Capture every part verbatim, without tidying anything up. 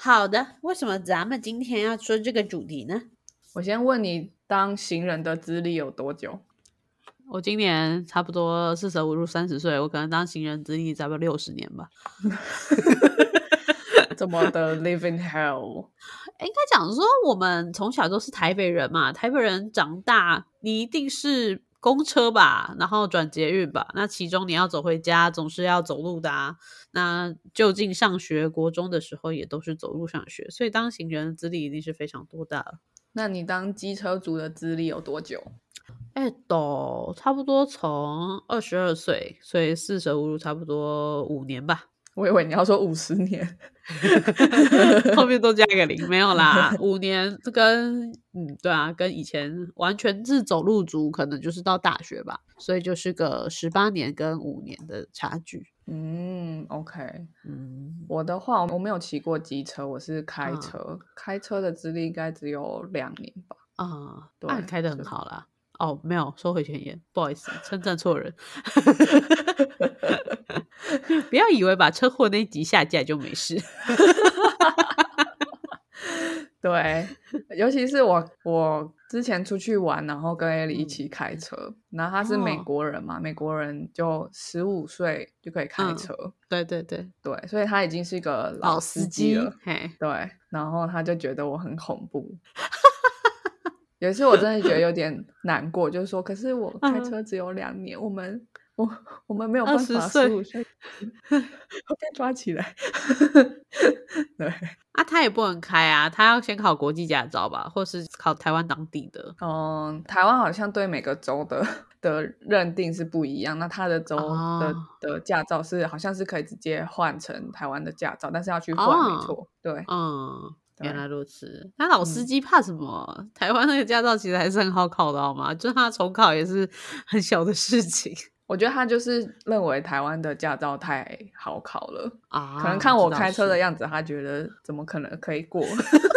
好的，为什么咱们今天要说这个主题呢？ 我先问你，当行人的资历有多久？ 我今年差不多四舍五入三十岁，我可能当行人资历差不多六十年吧。 怎么的 live in hell？ 应该讲说我们从小都是台北人嘛，台北人长大你一定是公车吧，然后转捷运吧，那其中你要走回家总是要走路的啊。那就近上学国中的时候也都是走路上学，所以当行人的资历一定是非常多大了。 那你当机车族的资历有多久？ 哎，都差不多从二十二岁，所以四舍五入差不多五年吧。 我以为你要说五十年。 后面都加个零，没有啦，五年跟嗯，对啊，跟以前完全是走路族，可能就是到大学吧，所以就是个十八年跟五年的差距。 嗯 OK， 嗯， 我的话我没有骑过机车，我是开车、 啊、 开车的资历应该只有两年吧。 啊， 对， 那、你开得很好啦。哦，没有，收回前言，不好意思，称赞错人。不要以为把车祸那一集下架就没事。 对，尤其是我我之前出去玩，然后跟 Ellie 一嗯起开车，然后他是美哦国人嘛，美国人就十五岁就可以开嗯车， 对对对， 对，所以他已经是一个老司司机了， 嘿， 对，然后他就觉得我很恐怖。有一次我真的觉得有点难过，就是说，可是我开车只有两年，我们我我们没有办法十五岁会被抓起来。对啊，他也不能开啊，他要先考国际驾照吧，或是考台湾当地的。 嗯，台湾好像对每个州的的认定是不一样，那他的州的、 哦的驾照是好像是可以直接换成台湾的驾照，但是要去换， 哦没错，对， 嗯， 对原来如此。那老司机怕什么？台湾那个驾照其实还是很好考的，好吗？就他重考也是很小的事情我觉得他就是认为台湾的驾照太好考了， 啊。 可能看我这倒开车的是样子，他觉得怎么可能可以过？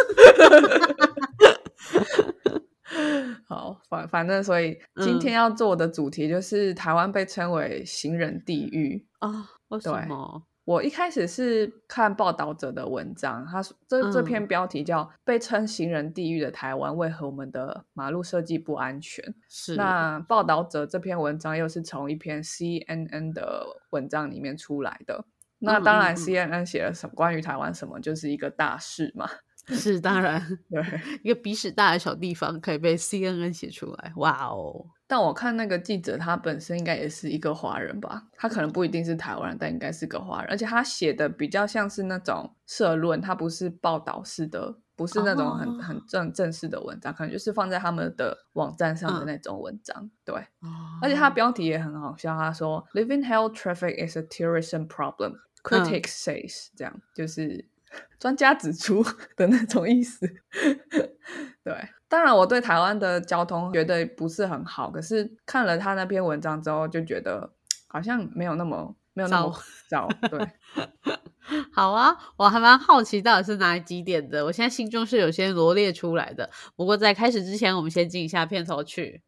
好，反反正所以今天嗯要做的主题就是台湾被称为行人地狱。 啊，为什对， 么？ 我一开始是看报道者的文章，他说这这篇嗯标题叫“被称行人地狱的台湾，为何我们的马路设计不安全”。 是那报道者这篇文章又是从一篇 C N N 的文章里面出来的。那嗯当然嗯嗯 ，C N N 写了什么关于台湾什么，就是一个大事嘛。 是当然， 对， 一个鼻屎大的小地方可以被 C N N 写出来，哇哦！ 但我看那个记者，他本身应该也是一个华人吧，他可能不一定是台湾人，但应该是个华人，而且他写的比较像是那种社论，他不是报道式的，不是那种很、 哦很正正式的文章，可能就是放在他们的网站上的嗯那种文章。对， 哦而且他标题也很好笑，他说 "Living hell traffic is a tourism problem." 嗯 Critics says，、这样就是专家指出的那种意思。对，当然我对台湾的交通觉得不是很好，可是看了他那篇文章之后，就觉得好像没有那么没有那么糟。对， 好啊，我还蛮好奇到底是哪几点的，我现在心中是有些罗列出来的。不过在开始之前，我们先进一下片头曲。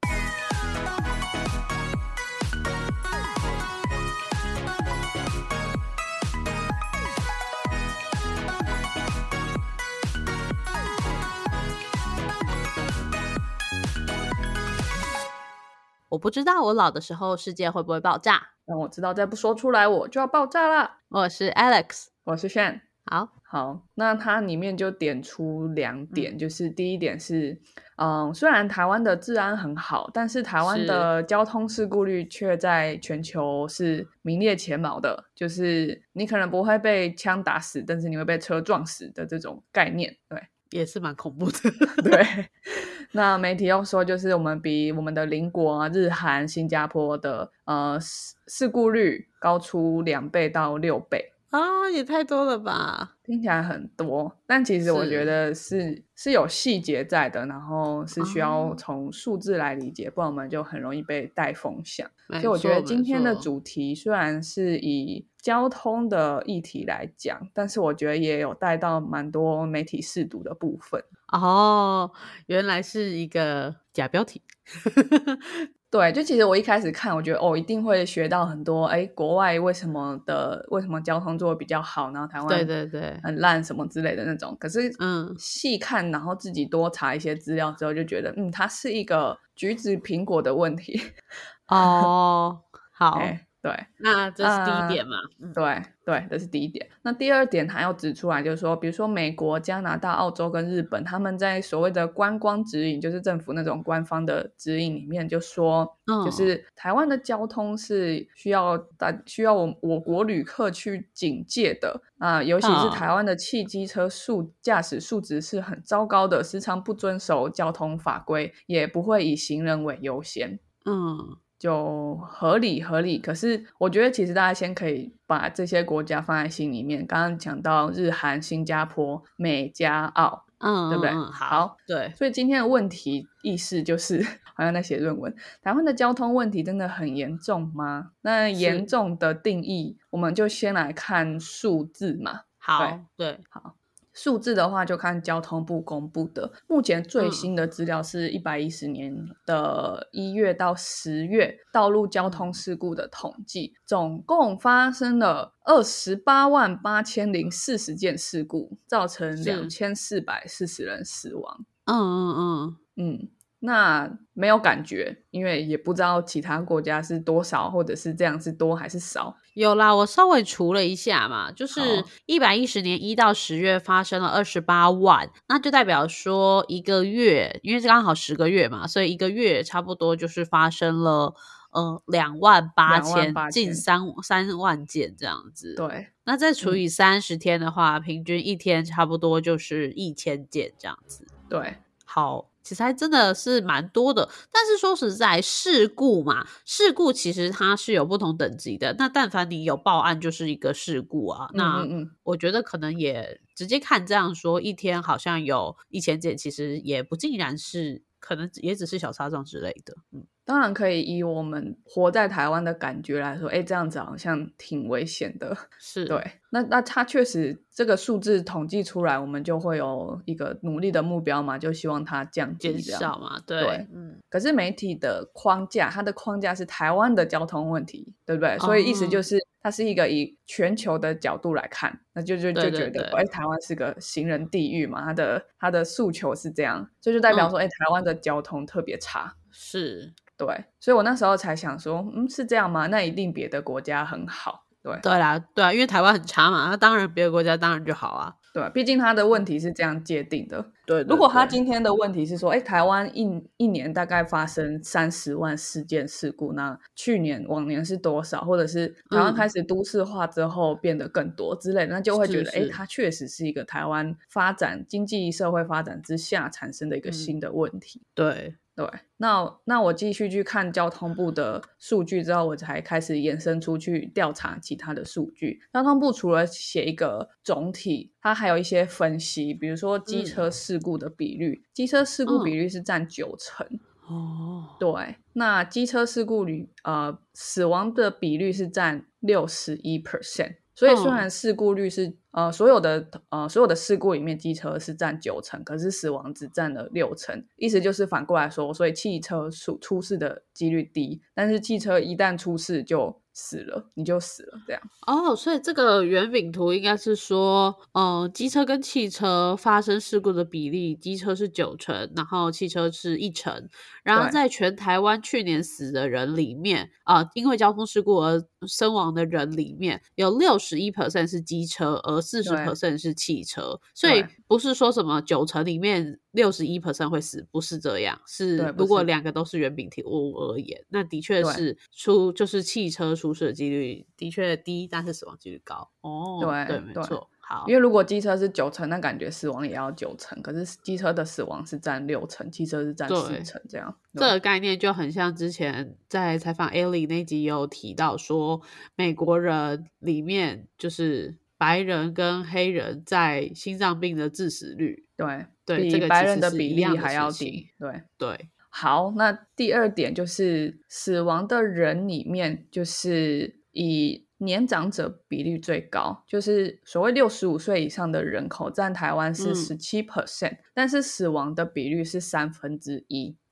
我不知道我老的时候世界会不会爆炸。 让我知道再不说出来我就要爆炸啦。 我是 Alex， 我是 Shan。 好， 好，那它里面就点出两点，嗯、就是第一点是，嗯，虽然台湾的治安很好，但是台湾的交通事故率却在全球是名列前茅的，就是你可能不会被枪打死，但是你会被车撞死的这种概念，对， 也是蛮恐怖的。 对，那媒体又说，就是我们比我们的邻国啊，日韩、新加坡的呃事故率高出两倍到六倍。 啊，也太多了吧， 听起来很多，但其实我觉得是 是, 是有细节在的，然后是需要从数字来理解，哦、不然我们就很容易被带风向。所以我觉得今天的主题虽然是以交通的议题来讲，但是我觉得也有带到蛮多媒体识读的部分。 哦，原来是一个假标题。 对，就其实我一开始看，我觉得哦，一定会学到很多，哎，国外为什么的为什么交通做的比较好，然后台湾对对对很烂什么之类的那种。可是嗯， 细看，然后自己多查一些资料之后，就觉得嗯，它是一个橘子苹果的问题。 哦，好， 哎，对， 那这是第一呃点嘛，嗯， 对对，这是第一点。那第二点，他要指出来就是说，比如说美国、加拿大、澳洲跟日本，他们在所谓的观光指引，就是政府那种官方的指引里面，就说， 嗯就是台湾的交通是需要大需要我我国旅客去警戒的啊、呃尤其是台湾的汽机车素驾驶素质是很糟糕的，时常不遵守交通法规，也不会以行人为优先。 嗯， 就合理合理，可是我觉得其实大家先可以把这些国家放在心里面。刚刚讲到日韩、新加坡、美加澳， 嗯对不对？ 嗯嗯，好， 好， 对， 所以今天的问题意识就是好像在写论文，台湾的交通问题真的很严重吗？那严重的定义，我们就先来看数字嘛。 好，对， 好。数字的话，就看交通部公布的。目前最新的资料是一百一十年的一月到十月道路交通事故的统计，总共发生了二十八万八千零四十件事故，造成两千四百四十人死亡。 嗯嗯嗯嗯。那没有感觉，因为也不知道其他国家是多少，或者是这样是多还是少。 有啦，我稍微除了一下嘛，就是一百一十年一到十月发生了二十八万，那就代表说一个月，因为是刚好十个月嘛，所以一个月差不多就是发生了呃两万八千，近三三万件这样子。 对， 那再除以三十天的话，嗯、平均一天差不多就是一千件这样子。 对， 好。其实还真的是蛮多的，但是说实在，事故嘛，事故其实它是有不同等级的。那但凡你有报案，就是一个事故啊。 嗯那嗯嗯我觉得可能也直接看这样说，一天好像有一千件，其实也不尽然是，可能也只是小擦撞之类的。嗯， 当然可以以我们活在台湾的感觉来说，哎，这样子好像挺危险的。 是， 对，那那它确实这个数字统计出来，我们就会有一个努力的目标嘛，就希望它降低， 减少嘛，对， 对， 嗯。 可是媒体的框架，它的框架是台湾的交通问题，对不对？所以意思就是，它是一个以全球的角度来看，那就就就觉得，哎，台湾是个行人地狱嘛，它的它的诉求是这样，这就代表说，哎、嗯，台湾的交通特别差， 是。 对，所以我那时候才想说，嗯，是这样吗？那一定别的国家很好，对， 对啦，对啊，因为台湾很差嘛，那当然别的国家当然就好啊， 对，毕竟他的问题是这样界定的。 对， 如果他今天的问题是说，哎，台湾一一年大概发生三十万事件事故，那去年往年是多少？或者是台湾开始都市化之后变得更多之类的，嗯、那就会觉得，哎，它确实是一个台湾发展经济社会发展之下产生的一个新的问题。 嗯、对。 对，那那我继续去看交通部的数据之后，我才开始延伸出去调查其他的数据。交通部除了写一个总体，它还有一些分析，比如说机车事故的比率，嗯、机车事故比率是占九成。 哦， 对，那机车事故率呃死亡的比率是占六十一 percent。所以虽然事故率是、哦、呃所有的呃所有的事故里面机车是占九成，可是死亡只占了六成，意思就是反过来说，所以汽车出出事的几率低，但是汽车一旦出事就死了，你就死了这样。 哦，所以这个圆饼图应该是说，呃，机车跟汽车发生事故的比例，机车是九成，然后汽车是一成，然后在全台湾去年死的人里面啊、呃，因为交通事故而身亡的人里面，有六十一 percent 是机车，而四十 percent 是汽车，所以不是说什么九成里面六十一 percent 会死，不是这样，是如果两个都是圆饼图而言，那的确是出就是汽车出事的几率的确低，但是死亡几率高。哦， 对对，没错。好， 因为如果机车是九成，那感觉死亡也要九成，可是机车的死亡是占六成，汽车是占四成，这样。 这个概念就很像之前在采访 Ellie 那集有提到说，美国人里面就是白人跟黑人在心脏病的致死率， 对对， 比白人的比例还要低。对对。 好，那第二点就是死亡的人里面，就是以年长者比例最高，就是所谓六十五岁以上的人口占台湾是 百分之十七、嗯、但是死亡的比率是三分之一。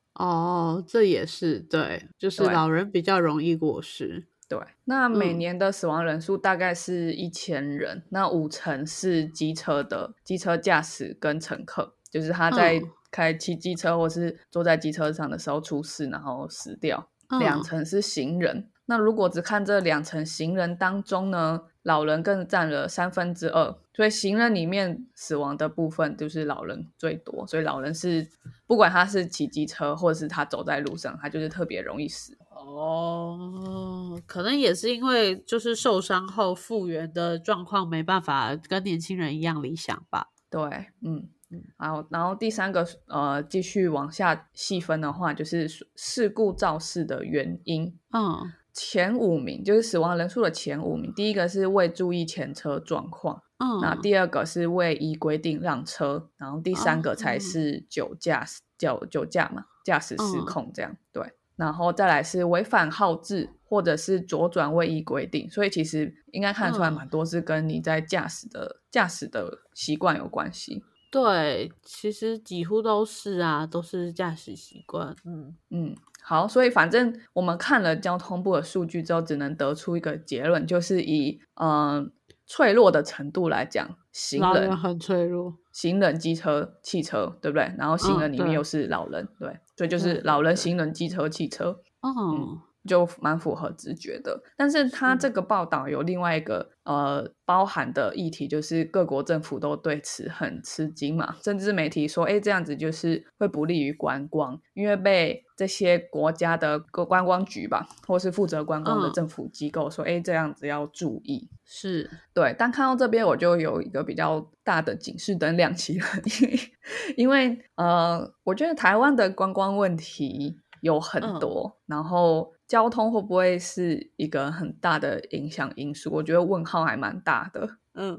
哦，这也是对，就是老人比较容易过世。 对，那每年的死亡人数大概是一千人、嗯、那五成是机车的机车驾驶跟乘客，就是他在开骑机车或是坐在机车上的时候出事然后死掉、嗯、两成是行人。那如果只看这两成行人当中呢，老人更占了三分之二，所以行人里面死亡的部分就是老人最多，所以老人是不管他是骑机车或者是他走在路上，他就是特别容易死。 哦，可能也是因为就是受伤后复原的状况没办法跟年轻人一样理想吧。 对，嗯，好，然后第三个呃，继续往下细分的话，就是事故肇事的原因。嗯，前五名就是死亡人数的前五名，第一个是未注意前车状况，嗯，那第二个是未依规定让车，然后第三个才是酒驾，酒酒驾嘛，驾驶失控这样，嗯、对。然后再来是违反号志或者是左转未依规定，所以其实应该看得出来蛮多是跟你在驾驶的、嗯、驾驶的习惯有关系。 对，其实几乎都是啊，都是驾驶习惯。嗯嗯，好，所以反正我们看了交通部的数据之后，只能得出一个结论，就是以嗯、呃、脆弱的程度来讲，行人, 人很脆弱， 行人、机车、汽车，对不对？然后行人里面又是老人，嗯、对，所以就是老人、行人、机车、汽车。嗯。嗯就蛮符合直觉的。但是他这个报道有另外一个呃包含的议题，就是各国政府都对此很吃惊嘛，甚至媒体说诶这样子就是会不利于观光，因为被这些国家的观光局吧或是负责观光的政府机构说诶、嗯、这样子要注意。 是对，但看到这边我就有一个比较大的警示灯亮起了因为呃我觉得台湾的观光问题有很多、嗯、然后交通会不会是一个很大的影响因素，我觉得问号还蛮大的。嗯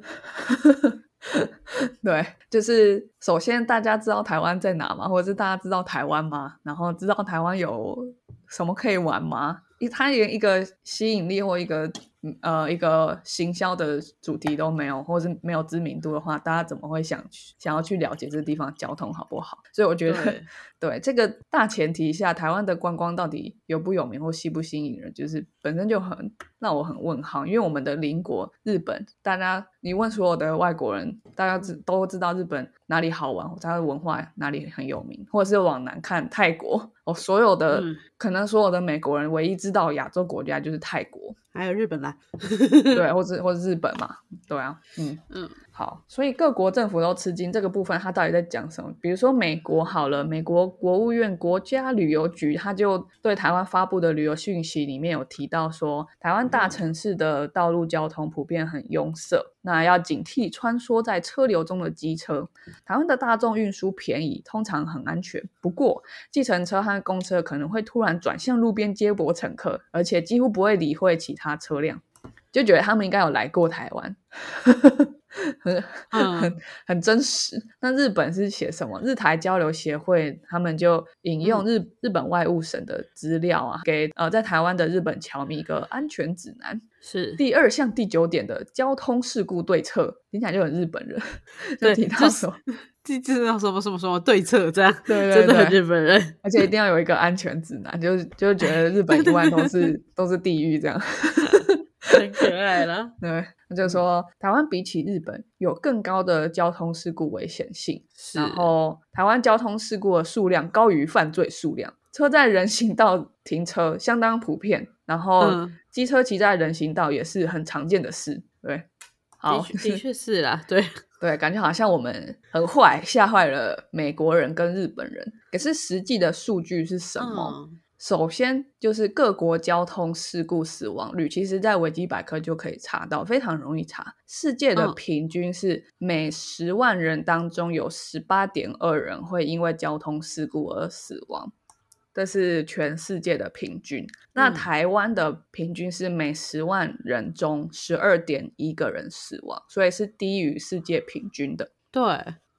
对，就是首先大家知道台湾在哪吗？或者是大家知道台湾吗？然后知道台湾有什么可以玩吗？它连一个吸引力或一个呃一个行销的主题都没有，或是没有知名度的话，大家怎么会想想要去了解这个地方交通好不好？所以我觉得 对, 对这个大前提下，台湾的观光到底有不有名或吸不吸引人，就是本身就很让我很问号。因为我们的邻国日本，大家你问所有的外国人，大家知都知道日本哪里好玩，它的文化哪里很有名，或者是往南看泰国，哦，所有的、嗯、可能所有的美国人唯一知道亚洲国家就是泰国， 还有日本啦对，或者或者日本嘛，对啊，嗯嗯，好，所以各国政府都吃惊这个部分，他到底在讲什么？比如说美国好了，美国国务院国家旅游局，他就对台湾发布的旅游讯息里面有提到说，台湾大城市的道路交通普遍很拥塞，那要警惕穿梭在车流中的机车。台湾的大众运输便宜，通常很安全，不过计程车和公车可能会突然转向路边接驳乘客，而且几乎不会理会其他车辆，就觉得他们应该有来过台湾很, 很, 很真实。那日本是写什么？日台交流协会他们就引用 日,、嗯、日本外务省的资料啊，给呃在台湾的日本侨民一个安全指南，是第二项第九点的交通事故对策，听起来就很日本人，就提到说这知道什么什么什么对策，这样对对对， 真的很日本人， 而且一定要有一个安全指南，就是就觉得日本以外都是都是地狱这样。 很可爱啦。 对，就说台湾比起日本有更高的交通事故危险性，然后台湾交通事故的数量高于犯罪数量，车在人行道停车相当普遍，然后机车骑在人行道也是很常见的事。对，好， 的确的确是啦，对对，感觉好像我们很坏，吓坏了美国人跟日本人。可是实际的数据是什么？嗯，首先就是各国交通事故死亡率，其实在维基百科就可以查到，非常容易查。世界的平均是每十万人当中有 十八点二 人会因为交通事故而死亡，这是全世界的平均。那台湾的平均是每十万人中 十二点一 个人死亡，所以是低于世界平均的。 对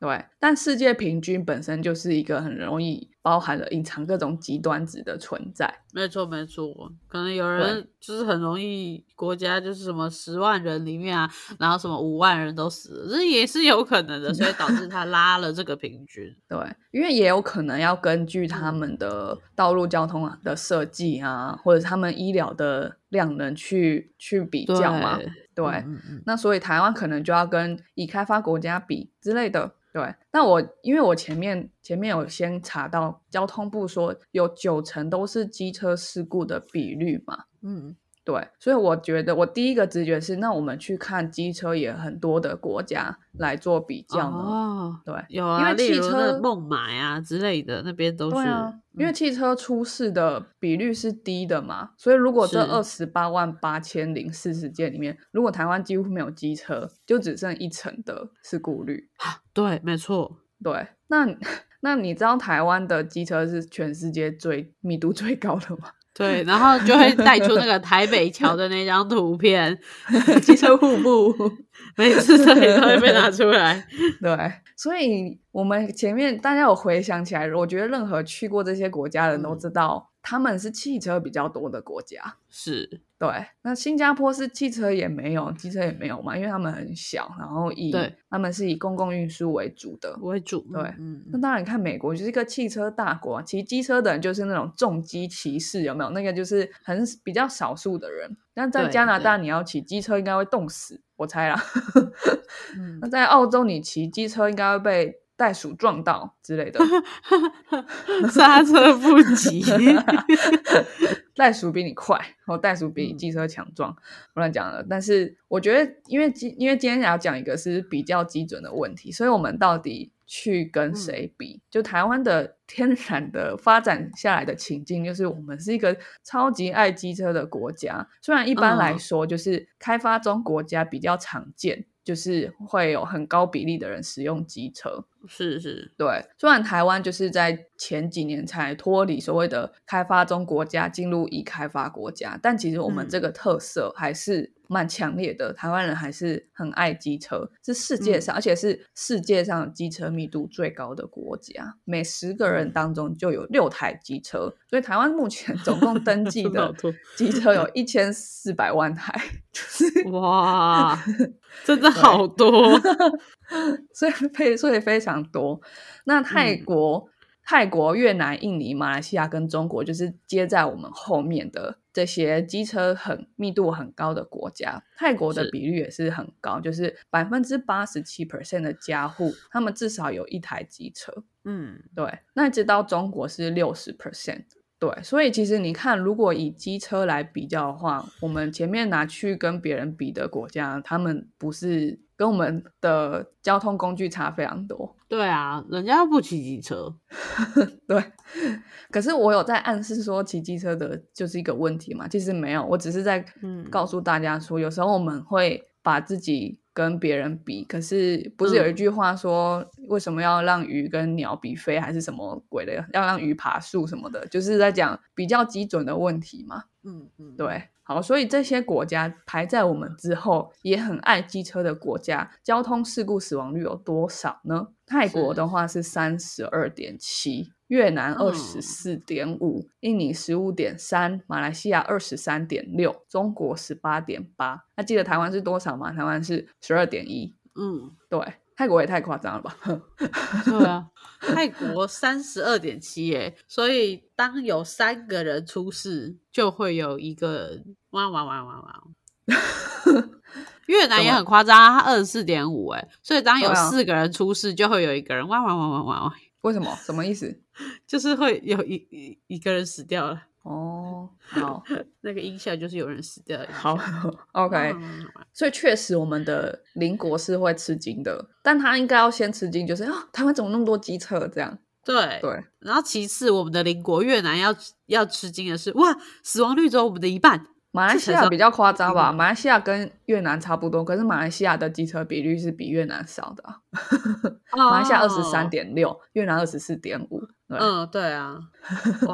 对，但世界平均本身就是一个很容易包含了隐藏各种极端值的存在。 没错没错，可能有人就是很容易国家就是什么十万人里面啊，然后什么五万人都死了，这也是有可能的，所以导致他拉了这个平均。 对，因为也有可能要根据他们的道路交通的设计啊，或者他们医疗的量能去去比较嘛。对，对嗯嗯那所以台湾可能就要跟已开发国家比之类的。对，那我因为我前面前面有先查到交通部说有九成都是机车事故的比率嘛，嗯，对，所以我觉得我第一个直觉是，那我们去看机车也很多的国家来做比较呢。哦，对， 有啊，因为汽车孟买啊之类的那边都是。 对啊，因为汽车出事的比率是低的嘛，所以如果这二十八万八千零四十件里面，如果台湾几乎没有机车，就只剩一成的事故率。 对，没错。 对，那那你知道台湾的机车是全世界最密度最高的吗？ 对，然后就会带出那个台北桥的那张图片，机车瀑布，每次这里都会被拿出来。 对，所以我们前面大家有回想起来，我觉得任何去过这些国家的人都知道，嗯、他们是汽车比较多的国家。 是， 对。那新加坡是汽车也没有，机车也没有嘛，因为他们很小，然后以他们是以公共运输为主的为主。 对，嗯、那当然你看美国就是一个汽车大国，骑机车的人就是那种重机骑士，有没有？那个就是很比较少数的人。但在加拿大你要骑机车应该会冻死，我猜啦。嗯、那在澳洲你骑机车应该会被袋鼠撞到之类的。 刹车不及。 袋鼠比你快，或袋鼠比你机车强壮，不乱讲了。但是我觉得因为因为今天要讲一个是比较基准的问题，所以我们到底去跟谁比、嗯、就台湾的天然的发展下来的情境就是我们是一个超级爱机车的国家，虽然一般来说就是开发中国家比较常见，就是会有很高比例的人使用机车。 是是， 对，虽然台湾就是在前几年才脱离所谓的开发中国家进入已开发国家，但其实我们这个特色还是蛮强烈的、嗯、台湾人还是很爱机车，是世界上、嗯、而且是世界上机车密度最高的国家，每十个人当中就有六台机车，所以台湾目前总共登记的机车有一千四百万台。就是、 哇，真的好多。 所以所以非常多。那泰国、嗯、泰国、越南、印尼、马来西亚跟中国就是接在我们后面的这些机车很密度很高的国家。泰国的比率也是很高，是就是 百分之八十七 的家户他们至少有一台机车。嗯，对。那直到中国是 百分之六十。对，所以其实你看，如果以机车来比较的话，我们前面拿去跟别人比的国家，他们不是跟我们的交通工具差非常多。 对啊，人家不骑机车。 对，可是我有在暗示说骑机车的就是一个问题嘛？其实没有，我只是在告诉大家说、嗯、有时候我们会把自己跟别人比，可是不是有一句话说、嗯、为什么要让鱼跟鸟比飞还是什么鬼的，要让鱼爬树什么的，就是在讲比较基准的问题嘛。嗯嗯，对。好，所以这些国家排在我们之后也很爱机车的国家，交通事故死亡率有多少呢？泰国的话是 三十二点七， 越南 二十四点五、嗯、印尼 十五点三， 马来西亚 二十三点六， 中国 十八点八。 那记得台湾是多少吗？台湾是 十二点一。 嗯，对，泰国也太夸张了吧。 对啊，泰国 三十二点七 耶，所以当有三个人出事就会有一个人哇哇哇哇哇。越南也很夸张，他 二十四点五 耶，所以当有四个人出事就会有一个人哇哇哇哇哇。 为什么？什么意思？ 就是会有一 一, 一个人死掉了。 哦，好。 那个音效就是有人死掉了。 好 OK、嗯、所以确实我们的邻国是会吃惊的，但他应该要先吃惊，就是啊，台湾怎么那么多机车这样。 对对， 然后其次我们的邻国越南要要吃惊的是，哇，死亡率只有我们的一半。 马来西亚比较夸张吧，马来西亚跟越南差不多，可是马来西亚的机车比率是比越南少的、啊哦、马来西亚 二十三点六， 越南 二十四点五。 嗯，对啊。哇，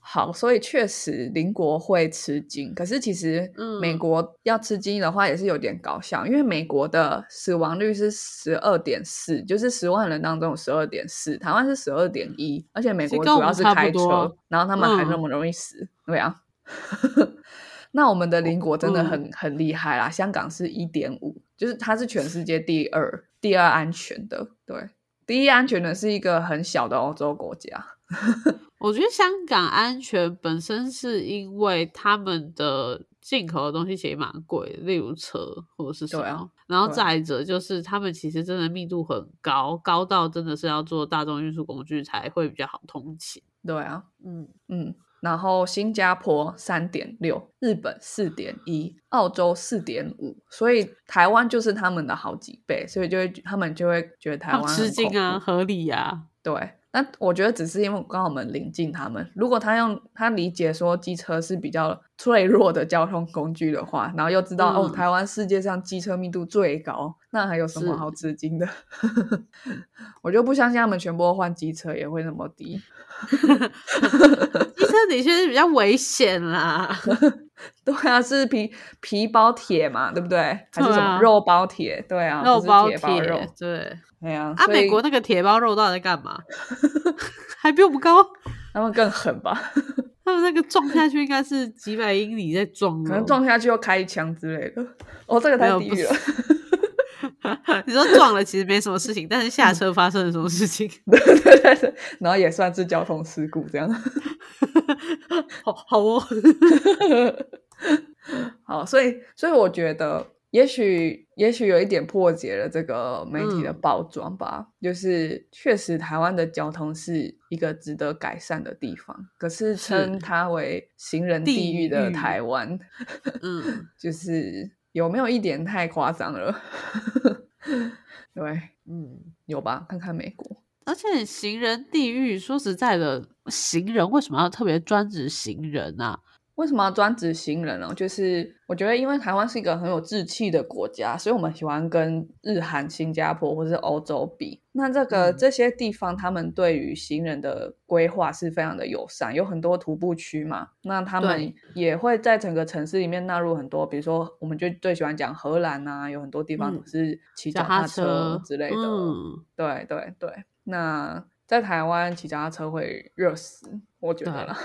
好，所以确实邻国会吃惊，可是其实美国要吃惊的话也是有点搞笑，因为美国的死亡率是 十二点四， 就是十万人当中有 十二点四， 台湾是 十二点一， 而且美国主要是开车，然后他们还那么容易死、嗯、对啊那我们的邻国真的很、嗯、很厉害啦，香港是 一点五， 就是它是全世界第二第二安全的，对，第一安全的是一个很小的欧洲国家我觉得香港安全本身是因为他们的进口的东西其实蛮贵的，例如车或者是什么、啊、然后再者就是他们其实真的密度很高，高到真的是要做大众运输工具才会比较好通勤。 对啊，嗯嗯，然后新加坡 三点六， 日本 四点一， 澳洲 四点五， 所以台湾就是他们的好几倍，所以就会他们就会觉得台湾很吃惊啊，合理啊。 对，那我觉得只是因为刚好我们临近他们，如果他用他理解说机车是比较脆弱的交通工具的话，然后又知道、嗯、哦，台湾世界上机车密度最高，那还有什么好吃惊的我就不相信他们全部都换机车也会那么低机车的确是比较危险啦对啊，是皮皮包铁嘛，对不对？还是什么肉包铁？对啊， 肉包铁，包肉对。 对啊， 啊，美国那个铁包肉到底在干嘛还比我们高， 他们更狠吧他们那个撞下去应该是几百英里在撞， 可能撞下去又开一枪之类的。哦，这个太地狱了你说撞了其实没什么事情，但是下车发生了什么事情对对对对，然后也算是交通事故这样好好哦好，所以所以我觉得也许也许有一点破解了这个媒体的包装吧、嗯、就是确实台湾的交通是一个值得改善的地方，可是称它为行人地狱的台湾嗯，就是有没有一点太夸张了对，嗯，有吧，看看美国。 而且行人地狱说实在的，行人为什么要特别专指行人啊？ 为什么要专指行人呢？就是我觉得因为台湾是一个很有志气的国家，所以我们喜欢跟日韩、新加坡或是欧洲比，那这个、嗯、这些地方他们对于行人的规划是非常的友善，有很多徒步区嘛，那他们也会在整个城市里面纳入很多，比如说我们就最喜欢讲荷兰啊，有很多地方都是骑脚踏车之类的、嗯、对对对，那在台湾骑脚踏车会热死，我觉得啦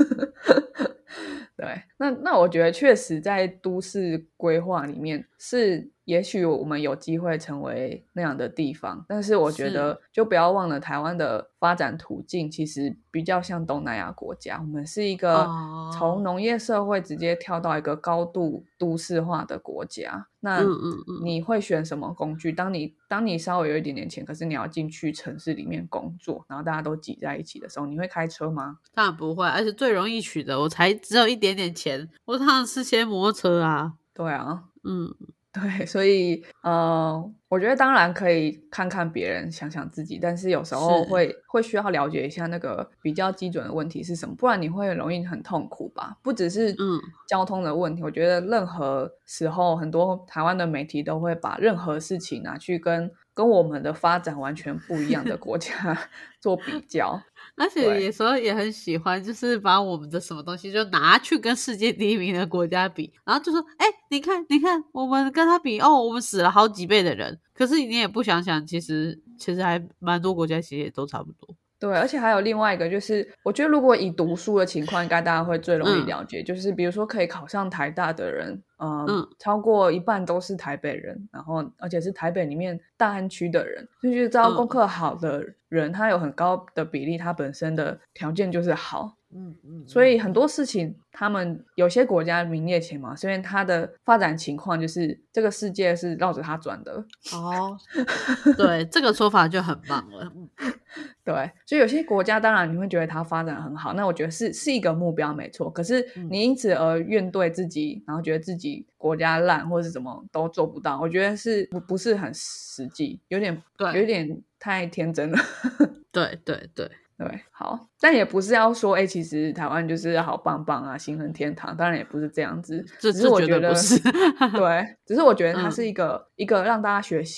对，那那我觉得确实在都市规划里面是也许我们有机会成为那样的地方，但是我觉得就不要忘了台湾的发展途径其实比较像东南亚国家，我们是一个从农业社会直接跳到一个高度都市化的国家，那你会选什么工具？当你当你稍微有一点点钱，可是你要进去城市里面工作，然后大家都挤在一起的时候，你会开车吗？ 当然不会，而且最容易取得，我才只有一点点钱，我当然是先摩托车啊。 对啊，嗯，对，所以呃，我觉得当然可以看看别人，想想自己，但是有时候会会需要了解一下那个比较基准的问题是什么，不然你会容易很痛苦吧。不只是交通的问题、嗯、我觉得任何时候很多台湾的媒体都会把任何事情拿去跟跟我们的发展完全不一样的国家做比较而且有时候也很喜欢就是把我们的什么东西就拿去跟世界第一名的国家比，然后就说哎、欸，你看你看我们跟他比哦，我们死了好几倍的人，可是你也不想想其实其实还蛮多国家其实也都差不多。 对，而且还有另外一个就是我觉得如果以读书的情况应该大家会最容易了解、嗯、就是比如说可以考上台大的人呃、嗯，超过一半都是台北人，然后而且是台北里面大安区的人，就是知道功课好的人、嗯、他有很高的比例他本身的条件就是好，嗯嗯，所以很多事情他们有些国家名列前茅，所以他的发展情况就是这个世界是绕着他转的哦对这个说法就很棒了对，所以有些国家当然你会觉得它发展很好，那我觉得是是一个目标没错，可是你因此而怨对自己、嗯、然后觉得自己国家烂或是什么都做不到，我觉得是不不是很实际，有点有点太天真了对对对对，好，但也不是要说哎、欸，其实台湾就是好棒棒啊，行人天堂，当然也不是这样子， 这只是我觉得不是对，只是我觉得它是一个、嗯、一个让大家学习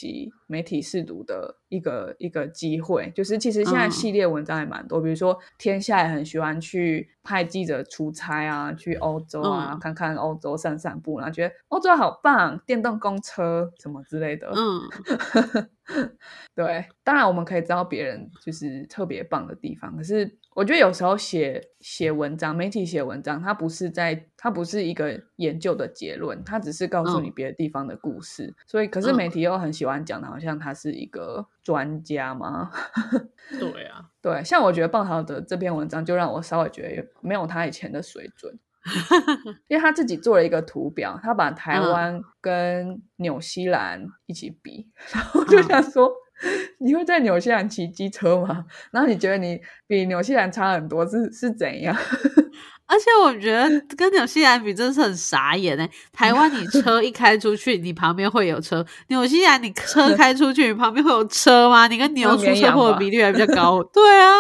媒体识读的一个一个机会，就是其实现在系列文章也蛮多、嗯、比如说天下也很喜欢去派记者出差啊，去欧洲啊、嗯、看看欧洲散散步，然后觉得欧洲好棒，电动公车什么之类的。嗯对，当然我们可以知道别人就是特别棒的地方，可是我觉得有时候写写文章，媒体写文章，它不是在它不是一个研究的结论，它只是告诉你别的地方的故事、嗯、所以可是媒体又很喜欢讲的好像他是一个专家嘛对啊， 对，像我觉得鲍陶德这篇文章就让我稍微觉得没有他以前的水准因为他自己做了一个图表，他把台湾跟纽西兰一起比、嗯、然后我就想说、嗯、你会在纽西兰骑机车吗？然后你觉得你比纽西兰差很多是是怎样而且我觉得跟纽西兰比真是很傻眼耶、欸、台湾你车一开出去你旁边会有车，纽西兰你车开出去你旁边会有车吗？你跟牛出车祸的比例还比较高对啊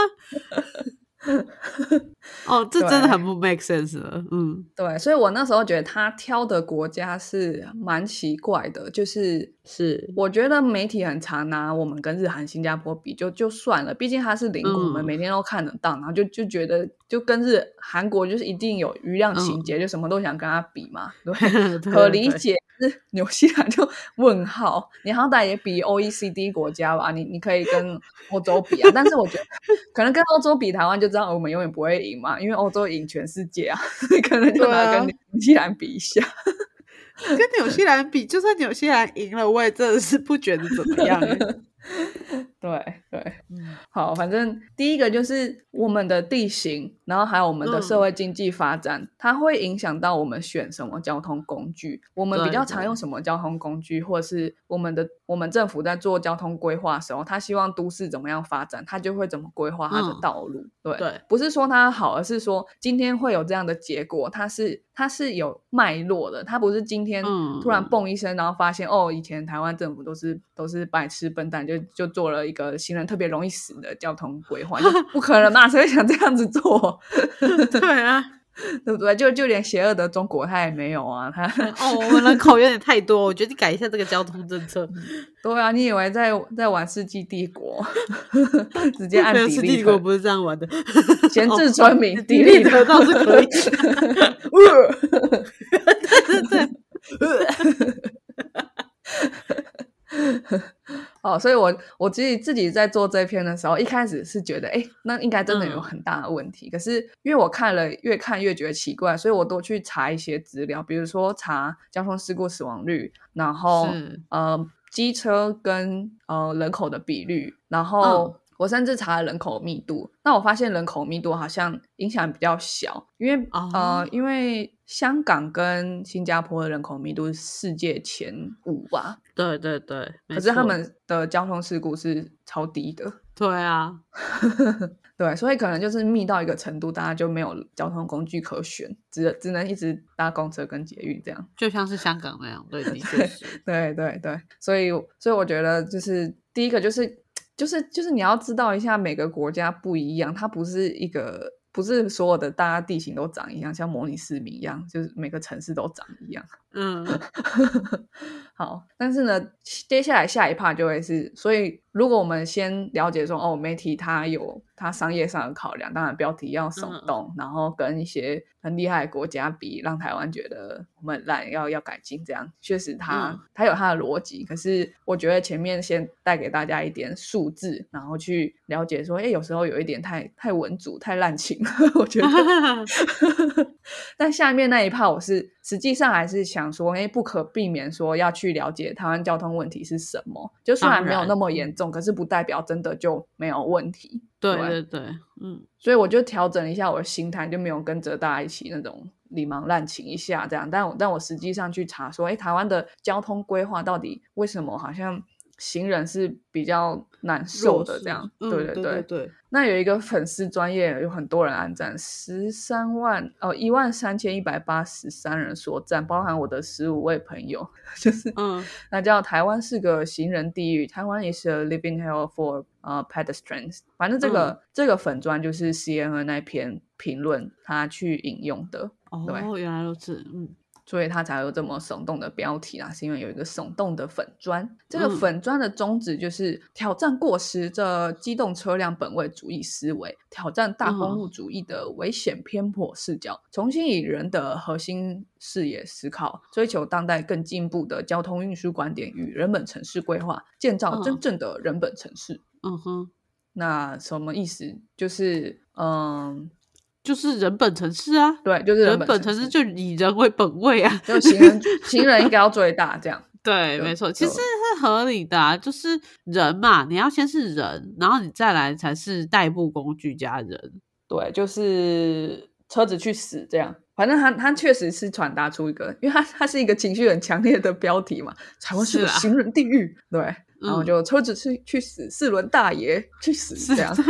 哦，这真的很不 make sense 了。嗯， 对，所以我那时候觉得他挑的国家是蛮奇怪的，就是是我觉得媒体很常拿我们跟日韩新加坡比就就算了，毕竟它是邻国、嗯、我们每天都看得到，然后就就觉得就跟日韩国就是一定有余量情节、嗯、就什么都想跟他比嘛，对可理解。是纽西兰就问号，你好歹也比 O E C D 国家吧，你你可以跟欧洲比啊，但是我觉得可能跟欧洲比台湾就知道我们永远不会赢嘛，因为欧洲赢全世界啊，所以可能就拿跟纽西兰比一下、啊、 跟纽西兰比就算纽西兰赢了我也真的是不觉得怎么样对对、嗯，好，反正第一个就是我们的地形，然后还有我们的社会经济发展、嗯、它会影响到我们选什么交通工具，我们比较常用什么交通工具，或者是我们的我们政府在做交通规划的时候，他希望都市怎么样发展，他就会怎么规划它的道路、嗯、对对，不是说它好，而是说今天会有这样的结果，它是它是有脉络的，它不是今天突然蹦一声、嗯、然后发现哦，以前台湾政府都是都是白痴笨蛋，就就做了一个行人特别容易死的交通规划，不可能嘛，谁会想这样子做对啊对不对？就就连邪恶的中国他也没有啊，他哦，我们人口有点太多，我觉得你改一下这个交通政策对啊，你以为在在玩世纪帝国直接按 delete， 世纪帝国不是这样玩的闲置村民、 哦、delete 倒是可以对对对哦，所以我我自己自己在做这篇的时候，一开始是觉得哎，那应该真的有很大的问题、嗯、可是因为我看了越看越觉得奇怪，所以我都去查一些资料，比如说查交通事故死亡率，然后呃机车跟呃人口的比率，然后、嗯我甚至查了人口密度，那我发现人口密度好像影响比较小，因为、哦、呃，因为香港跟新加坡的人口密度是世界前五吧， 对对对， 可是他们的交通事故是超低的， 对啊， 对，所以可能就是密到一个程度，大家就没有交通工具可选，只只能一直搭公车跟捷运这样， 就像是香港那样，对，的确是， 对对对，所以所以我觉得就是第一个就是。就是就是你要知道一下每个国家不一样，它不是一个不是所有的大家地形都长一样，像模拟市民一样，就是每个城市都长一样。嗯，好，但是呢，接下来下一 part 就会是，所以如果我们先了解说，哦，媒体它有它商业上的考量，当然标题要耸动，嗯、然后跟一些很厉害的国家比，让台湾觉得我们很烂，要要改进，这样确实它、嗯、它有它的逻辑。可是我觉得前面先带给大家一点数字，然后去了解说，哎，有时候有一点太太文主太滥情了，我觉得。但下面那一 part 我是实际上还是想说，哎，不可避免说要去了解台湾交通问题是什么，就虽然没有那么严重，可是不代表真的就没有问题。 对对对，嗯， 所以我就调整一下我的心态，就没有跟着大家一起那种理盲滥情一下这样。但我但我实际上去查说，哎，台湾的交通规划到底为什么好像行人是比较难受的这样？对对 对, 对对对。 那有一个粉丝专页有很多人按赞，十三万哦，一万三千一百八十三人所赞，包含我的十五位朋友，就是嗯，那叫台湾是个行人地狱，台湾 is a living hell for、uh, pedestrians。反正这个、嗯、这个粉专就是 C N N 那篇评论他去引用的。 哦，原来如此，嗯。 所以它才有这么耸动的标题啦，是因为有一个耸动的粉砖。这个粉砖的宗旨就是挑战过时这机动车辆本位主义思维，挑战大公路主义的危险偏颇视角，重新以人的核心视野思考，追求当代更进步的交通运输观点与人本城市规划，建造真正的人本城市。 嗯哼， 那什么意思？就是嗯， 就是人本城市啊， 对，就是人本城市就以人为本位啊， 就行人行人应该要最大这样。 对，没错，其实是合理的啊，就是人嘛，你要先是人，然后你再来才是代步工具加人。 对，就是车子去死这样。反正他他确实是传达出一个，因为他他是一个情绪很强烈的标题嘛，台湾是个行人地狱，对，然后就车子去去死，四轮大爷去死这样。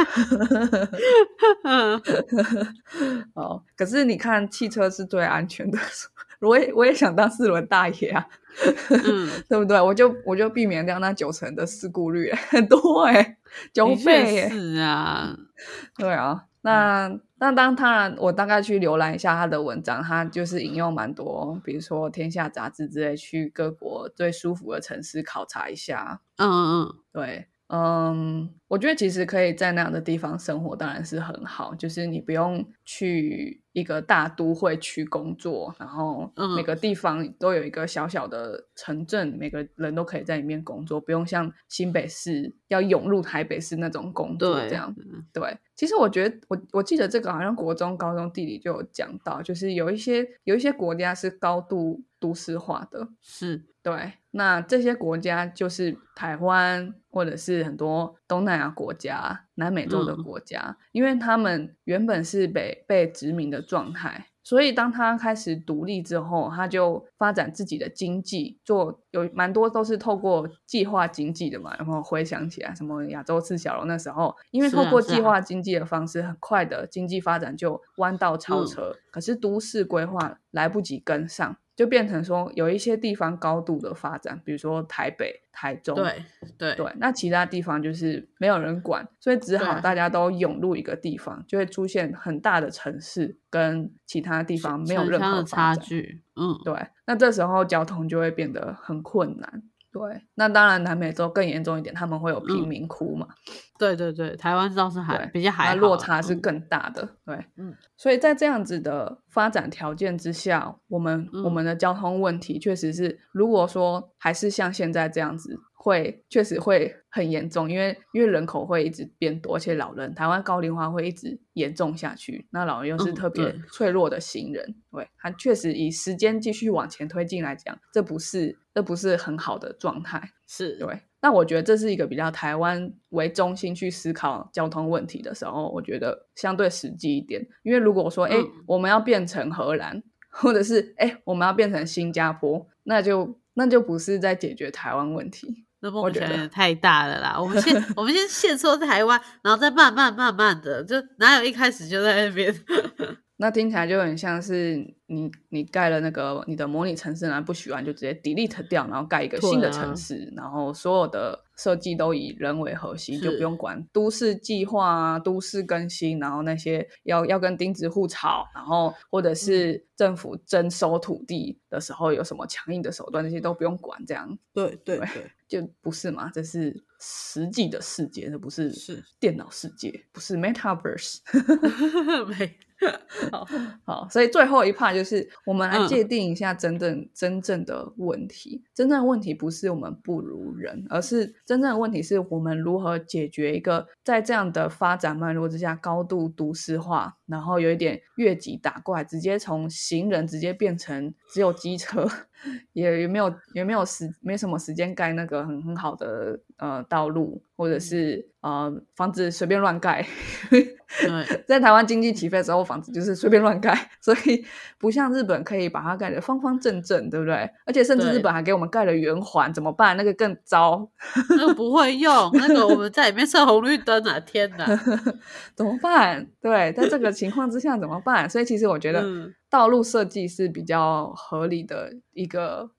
哦，可是你看，汽车是最安全的，我也我也想当四轮大爷啊。嗯，对不对？我就我就避免掉那九成的事故率，很多哎、欸，九倍耶、欸！ 是啊， 对啊。那那当当然，我大概去浏览一下他的文章，他就是引用蛮多，比如说《天下》杂志之类，去各国最舒服的城市考察一下。 嗯嗯嗯， 对。嗯，我觉得其实可以在那样的地方生活当然是很好，就是你不用去一个大都会区工作，然后每个地方都有一个小小的城镇，每个人都可以在里面工作，不用像新北市要涌入台北市那种工作这样。 对, 对，其实我觉得我我记得这个好像国中高中地理就有讲到，就是有一些有一些国家是高度都市化的， 是， 对，那这些国家就是台湾或者是很多东南亚国家、南美洲的国家、嗯、因为他们原本是被被殖民的状态，所以当他开始独立之后，他就发展自己的经济，做有蛮多都是透过计划经济的嘛，然后回想起来什么亚洲四小龙那时候，因为透过计划经济的方式，很快的经济发展就弯道超车、嗯、可是都市规划来不及跟上，就变成说有一些地方高度的发展，比如说台北、台中， 对对对，那其他地方就是没有人管，所以只好大家都涌入一个地方，就会出现很大的城市跟其他地方没有任何发展， 差距。嗯， 对，那这时候交通就会变得很困难。对，那当然南美洲更严重一点，他们会有贫民窟嘛、嗯、 对对对，台湾倒是还比较还好， 那落差是更大的、嗯、对，嗯，所以在这样子的发展条件之下，我们、嗯、我们的交通问题确实是，如果说还是像现在这样子，会确实会很严重，因为因为人口会一直变多，而且老人台湾高龄化会一直严重下去，那老人又是特别脆弱的行人、嗯、对，他确实以时间继续往前推进来讲，这不是这不是很好的状态， 是， 对。那我觉得这是一个比较台湾为中心去思考交通问题的时候，我觉得相对实际一点，因为如果说哎、嗯，我们要变成荷兰，或者是哎，我们要变成新加坡，那就那就不是在解决台湾问题， 那梦想也太大了啦！我们先我们先限缩台湾，然后再慢慢慢慢的，就哪有一开始就在那边。 那听起来就很像是你你盖了那个你的模拟城市，然后不喜欢就直接 delete 掉，然后盖一个新的城市、啊、然后所有的设计都以人为核心，就不用管都市计划啊、都市更新，然后那些要要跟钉子户吵，然后或者是政府征收土地的时候有什么强硬的手段，这些都不用管，这样对对对， 就不是嘛，这是实际的世界，这不是电脑世界，不是 Metaverse 没好, 好，所以最后一 part 就是我们来界定一下真正、嗯、真正的问题。真正的问题不是我们不如人，而是真正的问题是我们如何解决一个在这样的发展脉络之下高度都市化，然后有一点越级打怪，直接从行人直接变成只有机车，也没有也没有时没什么时间盖那个很很好的呃道路，或者是呃房子随便乱盖。在台湾经济起飞的时候，房子就是随便乱盖，所以不像日本可以把它盖得方方正正，对不对？而且甚至日本还给我们盖了圆环，怎么办？那个更糟。 那个不会用，那个我们在里面设红绿灯啊，天哪， 怎么办？对，在这个情况之下怎么办？所以其实我觉得道路设计是比较合理的一个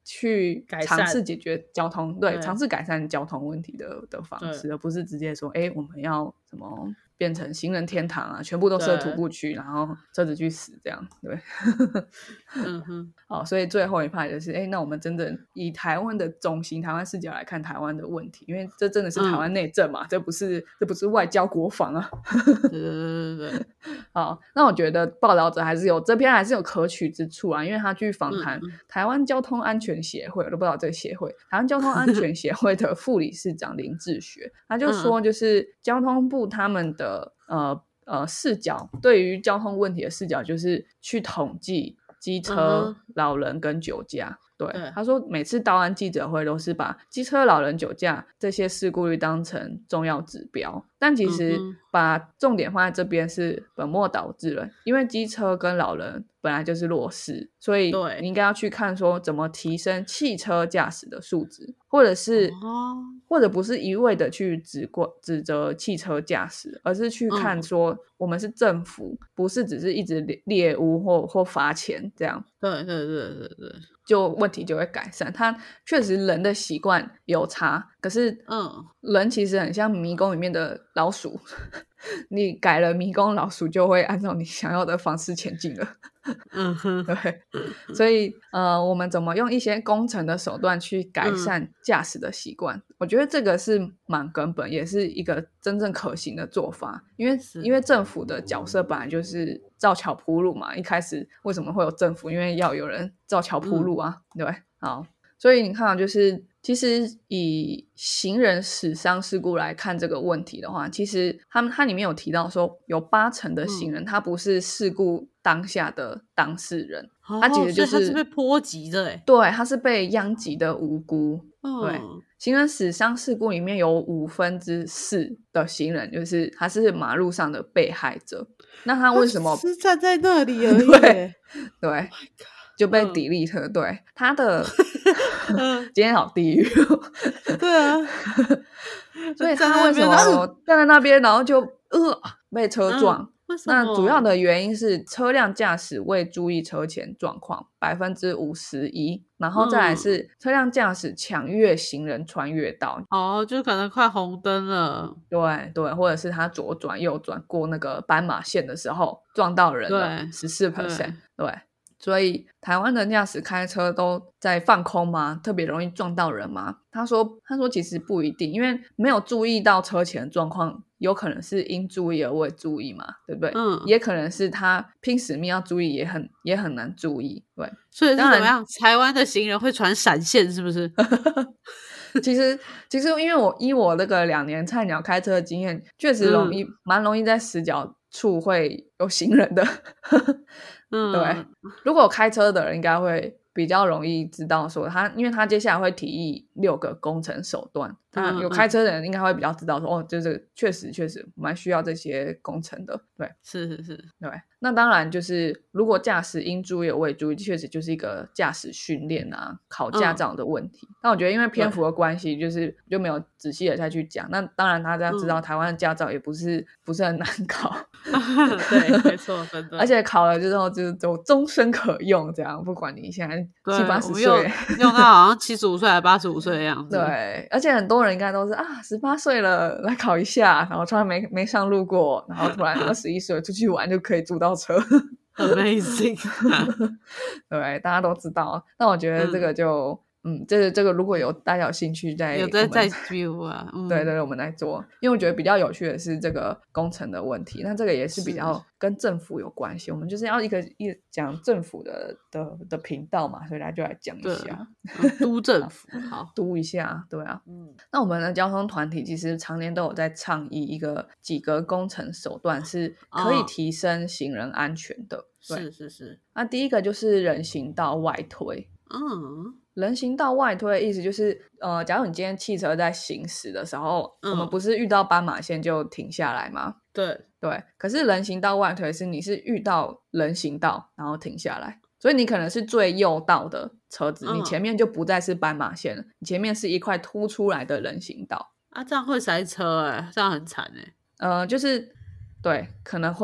去尝试解决交通，对，尝试改善交通问题的的方式，而不是直接说，哎，我们要什么变成行人天堂啊，全部都设徒步区，然后车子去死这样，对。 嗯哼， 好，所以最后一派就是，哎，那我们真正以台湾的中心、台湾视角来看台湾的问题，因为这真的是台湾内政嘛，嗯、这不是这不是外交国防啊。 对对对对。 好，那我觉得报道者还是有这篇还是有可取之处啊，因为他去访谈、嗯、台湾交通安全协会，我都不知道这个协会，台湾交通安全协会的副理事长林志学，他就说，就是交通部他们的呃呃视角，对于交通问题的视角，就是去统计机车、嗯、老人跟酒驾。对，对，他说每次道安记者会都是把机车、老人、酒驾这些事故率当成重要指标，但其实把重点放在这边是本末倒置了，因为机车跟老人本来就是弱势，所以你应该要去看说怎么提升汽车驾驶的素质，或者是、哦、或者不是一味的去指过指责汽车驾驶，而是去看说我们是政府，嗯、不是只是一直猎污或或罚钱这样。 对对对对对， 就问题就会改善。它确实人的习惯有差，可是嗯，人其实很像迷宫里面的老鼠，你改了迷宫，老鼠就会按照你想要的方式前进了。嗯哼，对，所以呃，我们怎么用一些工程的手段去改善驾驶的习惯、嗯、我觉得这个是蛮根本，也是一个真正可行的做法，因为因为政府的角色本来就是造桥铺路嘛，一开始为什么会有政府？因为要有人造桥铺路啊、嗯、对，好，所以你看就是其实以行人死伤事故来看这个问题的话，其实他们它里面有提到说有八成的行人、嗯、他不是事故当下的当事人、哦、他其实就是所以他是被波及的耶， 对，他是被殃及的无辜、嗯、对，行人死伤事故里面有五分之四的行人就是他是马路上的被害者，那他为什么是站在那里而已对对、oh my God，就被 delete、嗯、对他的今天好地狱对啊所以他为什么站在那边然后就呃被车撞、嗯、那主要的原因是车辆驾驶未注意车前状况 百分之五十一， 然后再来是车辆驾驶抢越行人穿越道、 嗯、哦，就可能快红灯了， 对对，或者是他左转右转过那个斑马线的时候撞到人了 百分之十四， 对, 对，所以台湾的驾驶开车都在放空吗？特别容易撞到人吗？他说他说其实不一定，因为没有注意到车前的状况，有可能是应注意而未注意嘛，对不对？嗯，也可能是他拼死命要注意也很也很难注意，对。 所以是怎么样？台湾的行人会传闪现是不是？ 其实其实因为我依我那个两年菜鸟开车的经验，确实容易蛮、嗯、容易在死角处会有行人的嗯，对，如果开车的人应该会比较容易知道说他，因为他接下来会提议六个工程手段，他有开车的人应该会比较知道说、嗯、哦，就是确实确实蛮需要这些工程的，对， 是是是， 对。那当然就是如果驾驶应注意有未注意，确实就是一个驾驶训练啊考驾照的问题、嗯、但我觉得因为篇幅的关系就是就没有仔细的再去讲，那当然大家知道台湾的驾照也不是、嗯、不是很难考对，没错，真的， 而且考了之后就是就终身可用，这样不管你现在七八十岁用到好像七十五岁还八十五岁的样子对，而且很多人应该都是啊十八岁了来考一下，然后从来没没上路过，然后突然二十一岁出去玩就可以租到车 Amazing 对，大家都知道，但我觉得这个就嗯, 嗯，这个这个如果有大家有兴趣在有在在 view 啊、嗯、 对对对，我们来做，因为我觉得比较有趣的是这个工程的问题，那这个也是比较跟政府有关系，我们就是要一个一讲政府的的的频道嘛，所以大家就来讲一下、 嗯、督政府好督一下，对啊，嗯，那我们的交通团体其实常年都有在倡议一个几个工程手段是可以提升行人安全的、哦、 是是是， 那第一个就是人行道外推，嗯，人行道外推的意思就是呃，假如你今天汽车在行驶的时候、嗯、我们不是遇到斑马线就停下来吗？ 对对，可是人行道外推是你是遇到人行道然后停下来，所以你可能是最右道的车子、嗯、你前面就不再是斑马线了，你前面是一块凸出来的人行道啊， 这样会塞车耶，这样很惨耶。 呃，就是对可能会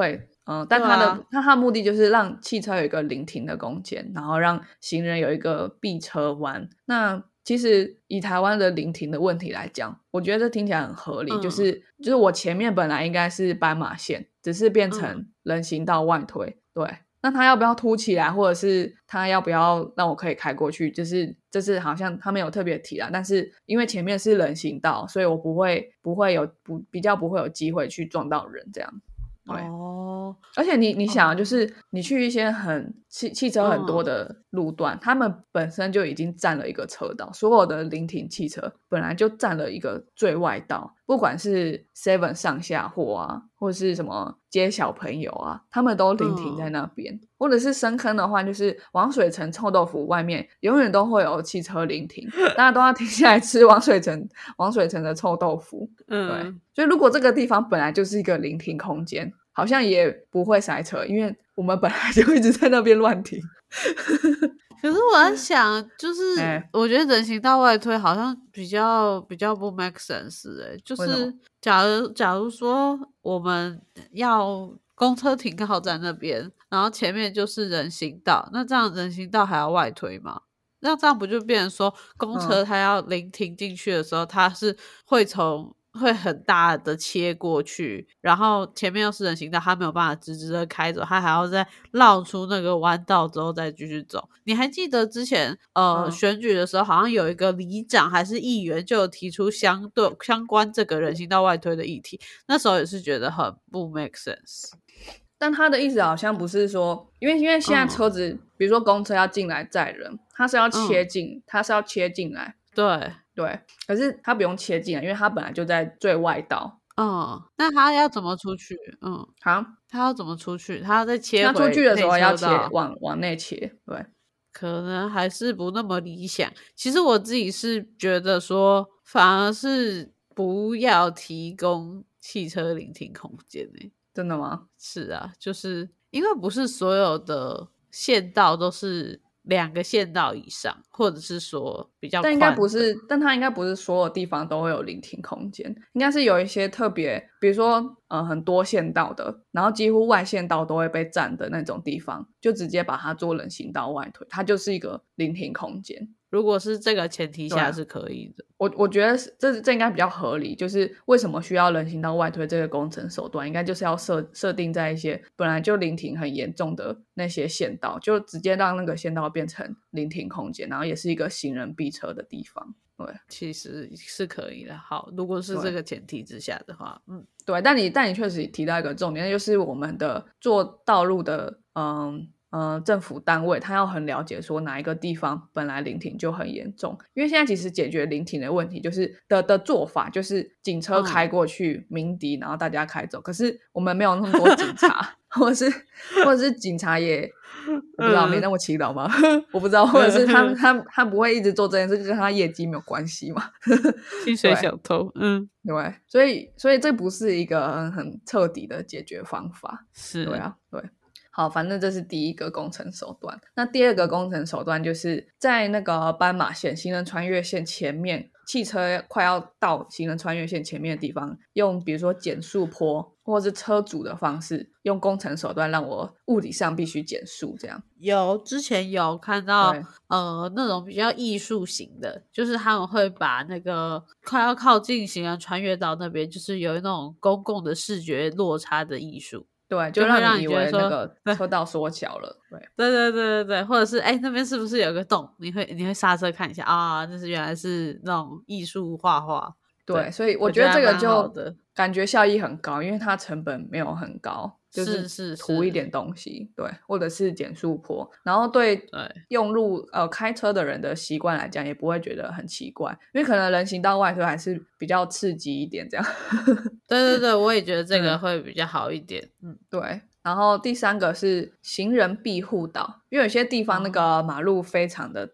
嗯、呃，但它的、啊、它它的目的就是让汽车有一个临停的空间，然后让行人有一个避车弯。那其实以台湾的临停的问题来讲，我觉得这听起来很合理、嗯、就是就是我前面本来应该是斑马线，只是变成人行道外推、嗯、对，那他要不要凸起来，或者是他要不要让我可以开过去，就是这是好像他没有特别提啦，但是因为前面是人行道，所以我不会不会有不比较不会有机会去撞到人这样。对哦，而且你你想、哦、就是你去一些很汽汽车很多的路段、嗯、他们本身就已经占了一个车道，所有的临停汽车本来就占了一个最外道，不管是 seven 上下货啊，或是什么接小朋友啊，他们都临停在那边、嗯、或者是深坑的话，就是王水城臭豆腐外面永远都会有汽车临停，大家都要停下来吃王水城王水城的臭豆腐。嗯，对，所以如果这个地方本来就是一个临停空间，好像也不会塞车，因为我们本来就一直在那边乱停。 可是我在想，就是我觉得人行道外推好像比较比较不 make sense 哎、欸，就是假如假如说我们要公车停靠在那边，然后前面就是人行道，那这样人行道还要外推吗？那这样不就变成说公车它要临停进去的时候，它是会从会很大的切过去，然后前面又是人行道，它没有办法直直的开走，它还要再绕出那个弯道之后再继续走。你还记得之前呃、嗯、选举的时候，好像有一个里长还是议员就有提出相对相关这个人行道外推的议题，那时候也是觉得很不 make sense。 但他的意思好像不是说，因为因为现在车子、嗯、比如说公车要进来载人，他是要切进、嗯、他是要切进来， 对对，可是他不用切进来，因为他本来就在最外道。 嗯，那他要怎么出去？嗯， 好， 他要怎么出去？他要再切回内车道， 他出去的时候要切往往内切，对， 可能还是不那么理想。其实我自己是觉得说，反而是不要提供汽车临停空间诶、欸。 真的吗？ 是啊，就是因为不是所有的县道都是两个县道以上，或者是说比较宽的， 但应该不是，但它应该不是所有地方都会有临停空间，应该是有一些特别，比如说呃很多县道的，然后几乎外县道都会被占的那种地方，就直接把它做人行道外推，它就是一个临停空间。 如果是这个前提下是可以的， 我我觉得这这应该比较合理，就是为什么需要人行道外推这个工程手段，应该就是要设设定在一些本来就临停很严重的那些县道，就直接让那个县道变成临停空间，然后也是一个行人避车的地方。对， 其实是可以的。好，如果是这个前提之下的话，嗯， 对，但你但你确实提到一个重点，那就是我们的做道路的，嗯。呃，政府单位他要很了解说哪一个地方本来临停就很严重，因为现在其实解决临停的问题就是的的做法就是警车开过去鸣笛、嗯、然后大家开走，可是我们没有那么多警察或者是或者是警察也我不知道、嗯、没那么勤劳吗我不知道，或者是他他他不会一直做这件事，就跟他业绩没有关系嘛薪水小偷，嗯， 对，所以所以这不是一个很很彻底的解决方法， 是， 对啊，对。好，反正这是第一个工程手段。那第二个工程手段就是在那个斑马线行人穿越线前面，汽车快要到行人穿越线前面的地方，用比如说减速坡或者是车主的方式，用工程手段让我物理上必须减速，这样。 有之前有看到呃那种比较艺术型的，就是他们会把那个快要靠近行人穿越道那边，就是有那种公共的视觉落差的艺术。 对，就让你以为那个车道缩小了。对， 对对对对对，或者是哎那边是不是有个洞？你会你会刹车看一下啊，那是原来是那种艺术画画。 对， 对， 所以我觉得这个就感觉效益很高，因为它成本没有很高，就是涂一点东西，对，或者是减速坡，然后对用路呃开车的人的习惯来讲，也不会觉得很奇怪，因为可能人行道外推还是比较刺激一点，这样。 对对对，我也觉得这个会比较好一点。嗯， 对。然后第三个是行人庇护岛，因为有些地方那个马路非常的大，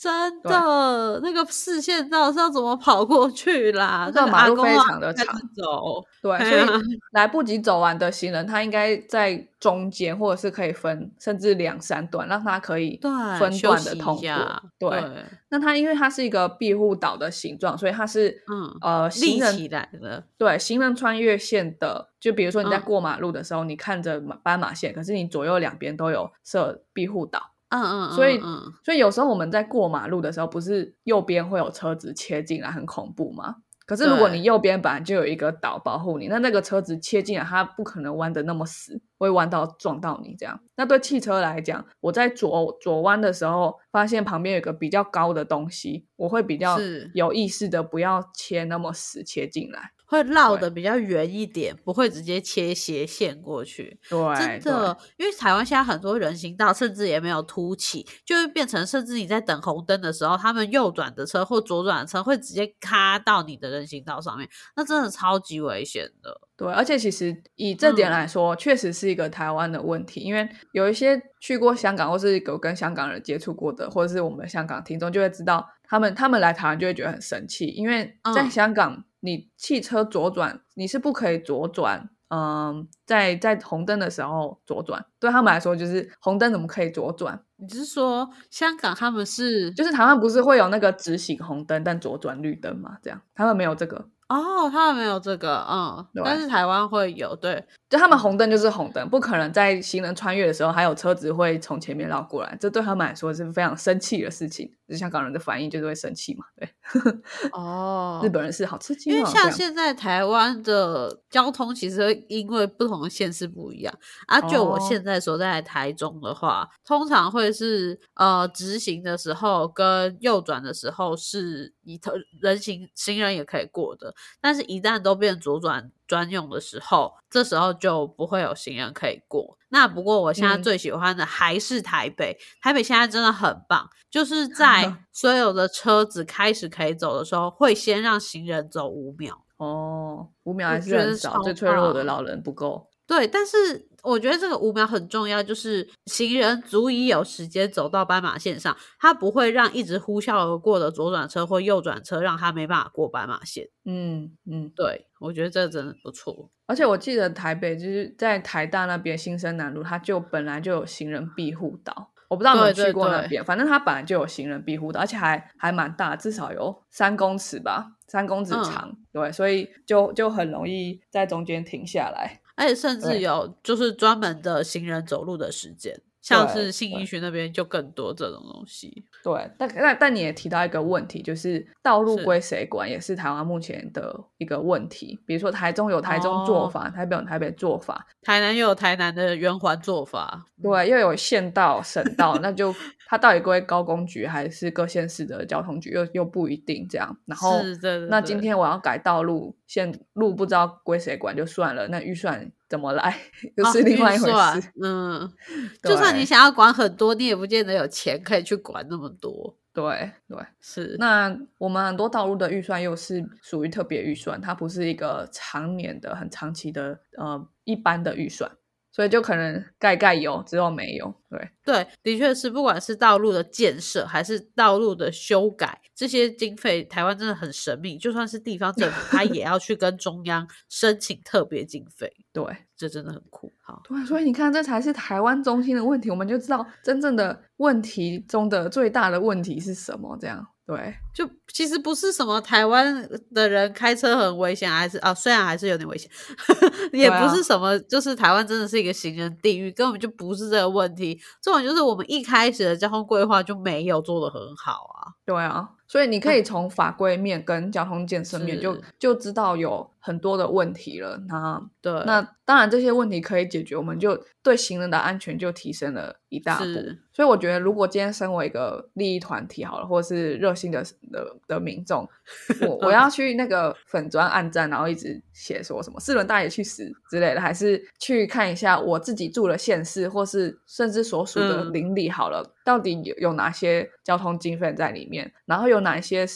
真的，那个视线道是要怎么跑过去啦？ 那个马路非常的长， 走对，所以来不及走完的行人，他应该在中间，或者是可以分，甚至两三段，让他可以分段的通过。对，对那它因为它是一个庇护岛的形状，所以它是嗯呃行人立起来的。 对，行人穿越线的，就比如说你在过马路的时候，嗯、你看着斑马线，可是你左右两边都有设庇护岛。 嗯嗯嗯， 所以所以有时候我们在过马路的时候，不是右边会有车子切进来，很恐怖吗？可是如果你右边本来就有一个岛保护你，那那个车子切进来，它不可能弯得那么死，会弯到撞到你这样。那对汽车来讲，我在左左弯的时候，发现旁边有一个比较高的东西，我会比较有意识的不要切那么死，切进来。 会绕的比较圆一点，不会直接切斜线过去。 对， 真的，因为台湾现在很多人行道甚至也没有凸起，就会变成甚至你在等红灯的时候，他们右转的车或左转的车会直接卡到你的人行道上面，那真的超级危险的。 对，而且其实以这点来说，嗯、确实是一个台湾的问题，因为有一些去过香港或是有跟香港人接触过的，或者是我们香港听众就会知道，他们他们来台湾就会觉得很生气，因为在香港。嗯你汽车左转你是不可以左转，嗯，在在红灯的时候左转，对他们来说就是红灯怎么可以左转？ 你是说香港他们是就是台湾不是会有那个直行红灯但左转绿灯吗？这样他们没有这个哦，他们没有这个，嗯，但是台湾会有，对， 就他们红灯就是红灯，不可能在行人穿越的时候还有车子会从前面绕过来，这对他们来说是非常生气的事情。就是香港人的反应就是会生气嘛，对。 哦， 日本人是好吃惊哦， 因为像现在台湾的交通其实会因为不同的县市不一样啊。就我现在所在的台中的话，哦、通常会是呃直行的时候跟右转的时候是以人行行人也可以过的，但是一旦都变左转专用的时候，这时候就不会有行人可以过。那不过我现在最喜欢的还是台北、嗯、台北现在真的很棒，就是在所有的车子开始可以走的时候会先让行人走五秒。 哦，五秒还是很少，最脆弱的老人不够。 对，但是我觉得这个五秒很重要，就是行人足以有时间走到斑马线上，他不会让一直呼啸而过的左转车或右转车让他没办法过斑马线。 嗯嗯， 对，我觉得这个真的不错。 而且我记得台北就是在台大那边新生南路，它就本来就有行人庇护岛，我不知道你们去过那边，对对对，反正它本来就有行人庇护岛，而且还还蛮大，至少有三公尺吧，三公尺长，嗯、对，所以就就很容易在中间停下来。 而且甚至有就是专门的行人走路的时间，像是信义区那边就更多这种东西。 对，但但但你也提到一个问题，就是道路归谁管也是台湾目前的一个问题。比如说台中有台中做法，哦、台北有台北做法， 台南又有台南的圆环做法， 对，又有县道、省道，那就它到底归高工局还是各县市的交通局又又不一定这样。然后是对对对， 那今天我要改道路，县路不知道归谁管就算了，那预算怎么来又是另外一回事。哦、 嗯，就算你想要管很多，你也不见得有钱可以去管那么多。 对对， 是。 那我们很多道路的预算又是属于特别预算，它不是一个常年的很长期的呃一般的预算，所以就可能盖盖有之后没有。对对，的确是，不管是道路的建设还是道路的修改，这些经费台湾真的很神秘，就算是地方政府它也要去跟中央申请特别经费。 对， 这真的很酷。好， 对，所以你看这才是台湾中心的问题，我们就知道真正的问题中的最大的问题是什么。这样对， 就其实不是什么台湾的人开车很危险，还是啊，虽然还是有点危险也不是什么、啊、就是台湾真的是一个行人地狱，根本就不是这个问题。这种就是我们一开始的交通规划就没有做得很好啊。 对啊，所以你可以从法规面跟交通建设面就就知道有很多的问题了。那对，那当然这些问题可以解决，我们就对行人的安全就提升了一大步。所以我觉得如果今天身为一个利益团体好了，或是热心的 的, 的民众，我我要去那个粉专按赞，然后一直写说什么四轮大爷去死之类的，还是去看一下我自己住的县市或是甚至所属的邻里好了、嗯、到底有有哪些交通经费在里面，然后有哪些是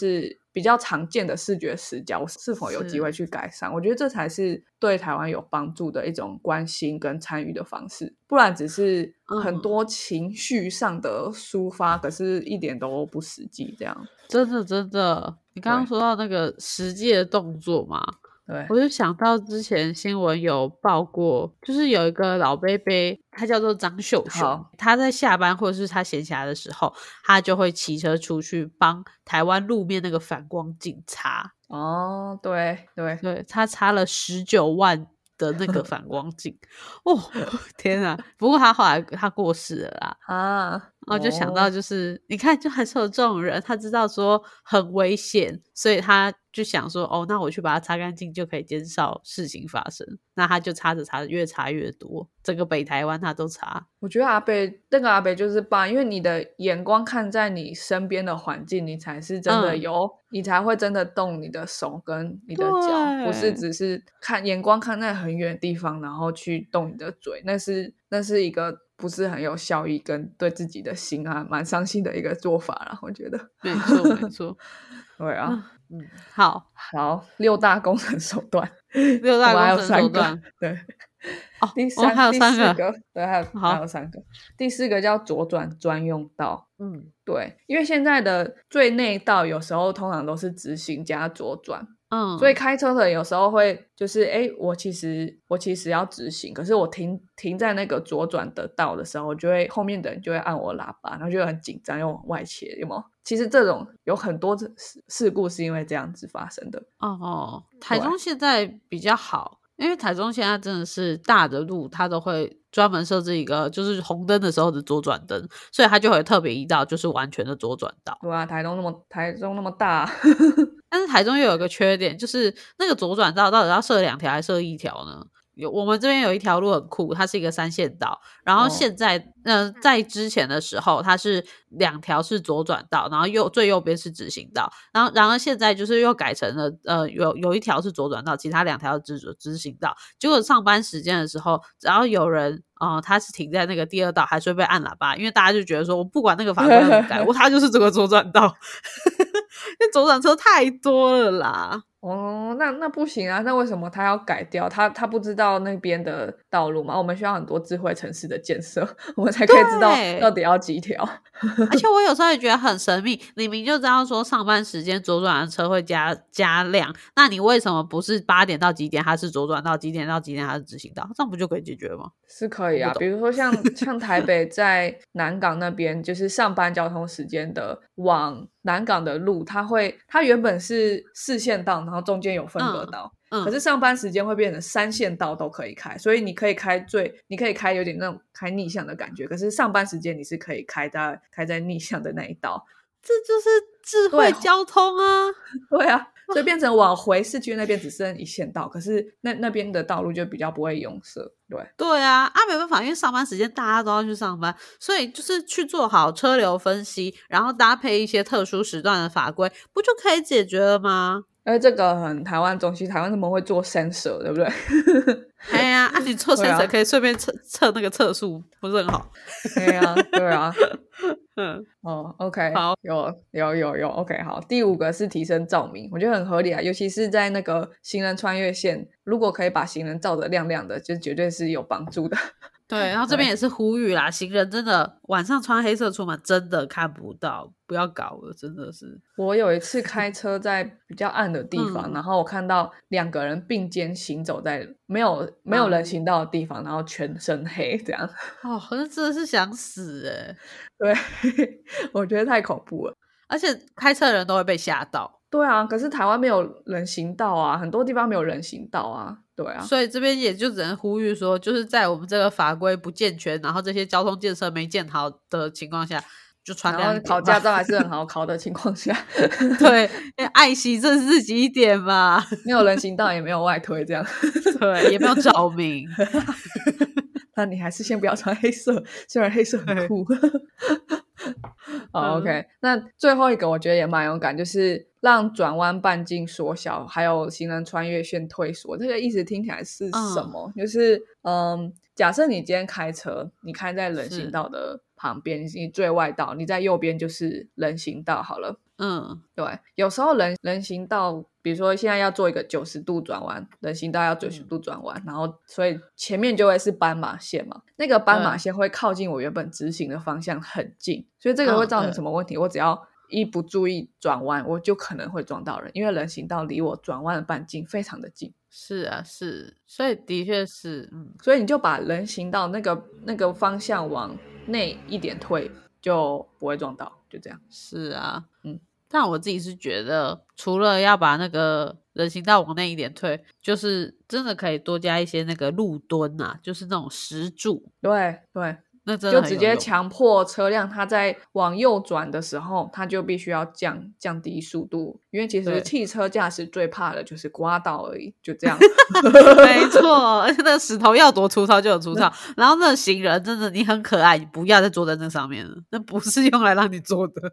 比较常见的视觉死角是否有机会去改善，我觉得这才是对台湾有帮助的一种关心跟参与的方式，不然只是很多情绪上的抒发、嗯、可是一点都不实际这样。 真的真的，你刚刚说到那个实际的动作嘛， 对， 我就想到之前新闻有报过，就是有一个老伯伯，他叫做张秀雄，他在下班或者是他闲暇的时候，他就会骑车出去帮台湾路面那个反光镜擦。 哦，对对对，他擦了十九万的那个反光镜哦，天啊！不过他后来他过世了啦啊，然后就想到就是、哦、你看就还是有这种人，他知道说很危险，所以他就想说哦，那我去把它擦干净就可以减少事情发生，那他就擦着擦着越擦越多，整个北台湾他都擦。 我觉得阿北那个阿北就是棒，因为你的眼光看在你身边的环境，你才是真的有、嗯、你才会真的动你的手跟你的脚，不是只是看眼光看在很远的地方然后去动你的嘴，那是那是一个不是很有效益跟对自己的心啊蛮伤心的一个做法啦，我觉得。 没错没错对啊嗯，好好，六大工程手段六大工程手段对哦， 第三、 哦、还有三个， 第四个对还有还有三个，第四个叫左转专用道。嗯，对，因为现在的最内道有时候通常都是直行加左转，嗯，所以开车的人有时候会就是哎，我其实我其实要直行，可是我停停在那个左转的道的时候，就会后面的人就会按我喇叭，然后就会很紧张又往外切，有没有？其实这种有很多事故是因为这样子发生的。 哦，台中现在比较好，因为台中现在真的是大的路它都会专门设置一个就是红灯的时候的左转灯，所以它就会特别一道就是完全的左转道。 对啊，台中那么台中那么大但是台中又有一个缺点，就是那个左转道到底要设两条还是设一条呢？有我们这边有一条路很酷，它是一个三线道，然后现在、哦、呃，在之前的时候它是两条是左转道，然后右最右边是直行道，然后然而现在就是又改成了呃有有一条是左转道，其他两条是直直行道。结果上班时间的时候，只要有人呃他是停在那个第二道，还是会被按喇叭，因为大家就觉得说我不管那个法规怎么改，我他就是这个左转道，因为左转车太多了啦。 哦，那那不行啊！那为什么他要改掉？他他不知道那边的道路吗？我们需要很多智慧城市的建设，我们才可以知道到底要几条。 而且我有时候也觉得很神秘，你明就知道说上班时间左转的车会加加量，那你为什么不是八点到几点它是左转到几点到几点它是直行道？这样不就可以解决了吗？ 是可以啊，比如说像像台北在南港那边，就是上班交通时间的往南港的路，它会它原本是四线道，然后中间有分隔道、嗯嗯、可是上班时间会变成三线道都可以开，所以你可以开最你可以开有点那种开逆向的感觉，可是上班时间你是可以开在开在逆向的那一道， 这就是智慧交通啊。 对, 对啊，所以变成往回市区那边只剩一线道，可是那那边的道路就比较不会拥塞。对对啊，啊没办法，因为上班时间大家都要去上班，所以就是去做好车流分析，然后搭配一些特殊时段的法规，不就可以解决了吗？ 因为这个很台湾中西，台湾他们会做 sensor 对不对？ 哎呀，啊你做 sensor 可以顺便测测那个测速，不是很好？ 对啊对啊嗯哦 OK 好，有有有有 OK 好。第五个是提升照明，我觉得很合理啊，尤其是在那个行人穿越线，如果可以把行人照得亮亮的，就绝对是有帮助的。 对，然后这边也是呼吁啦，行人真的晚上穿黑色出门真的看不到，不要搞了，真的是。 我有一次开车在比较暗的地方、嗯、然后我看到两个人并肩行走在没有没有人行道的地方、嗯、然后全身黑这样。 哦，那真的是想死耶。 对我觉得太恐怖了， 而且开车的人都会被吓到。 对啊，可是台湾没有人行道啊，很多地方没有人行道啊。对啊， 所以这边也就只能呼吁说，就是在我们这个法规不健全，然后这些交通建设没建好的情况下，就穿亮一点吧。 考驾照还是很好考的情况下对，爱惜正自己一点嘛。 没有人行道也没有外推这样对，也没有照明那你还是先不要穿黑色，虽然黑色很酷好 OK、嗯、那最后一个我觉得也蛮勇敢，就是让转弯半径缩小，还有行人穿越线退缩。这个意思听起来是什么、嗯、就是嗯，假设你今天开车，你开在人行道的旁边，你最外道，你在右边就是人行道好了， 嗯， 对，有时候人人行道比如说现在要做一个九十度转弯，人行道要九十度转弯、嗯、然后所以前面就会是斑马线嘛，那个斑马线会靠近我原本直行的方向很近，所以这个会造成什么问题、哦、我只要一不注意转弯我就可能会撞到人，因为人行道离我转弯的半径非常的近。 是啊是，所以的确是、嗯、 所以你就把人行道那个那个方向往内一点退就不会撞到，就这样。 是啊， 嗯， 但我自己是觉得除了要把那个人行道往内一点退，就是真的可以多加一些那个路墩啊，就是那种石柱。 对对， 那真的就直接强迫车辆它在往右转的时候它就必须要降降低速度，因为其实汽车驾驶最怕的就是刮到而已，就这样。 没错，而且那个石头要多粗糙就有粗糙然后那个行人真的你很可爱，你不要再坐在那上面了，那不是用来让你坐的。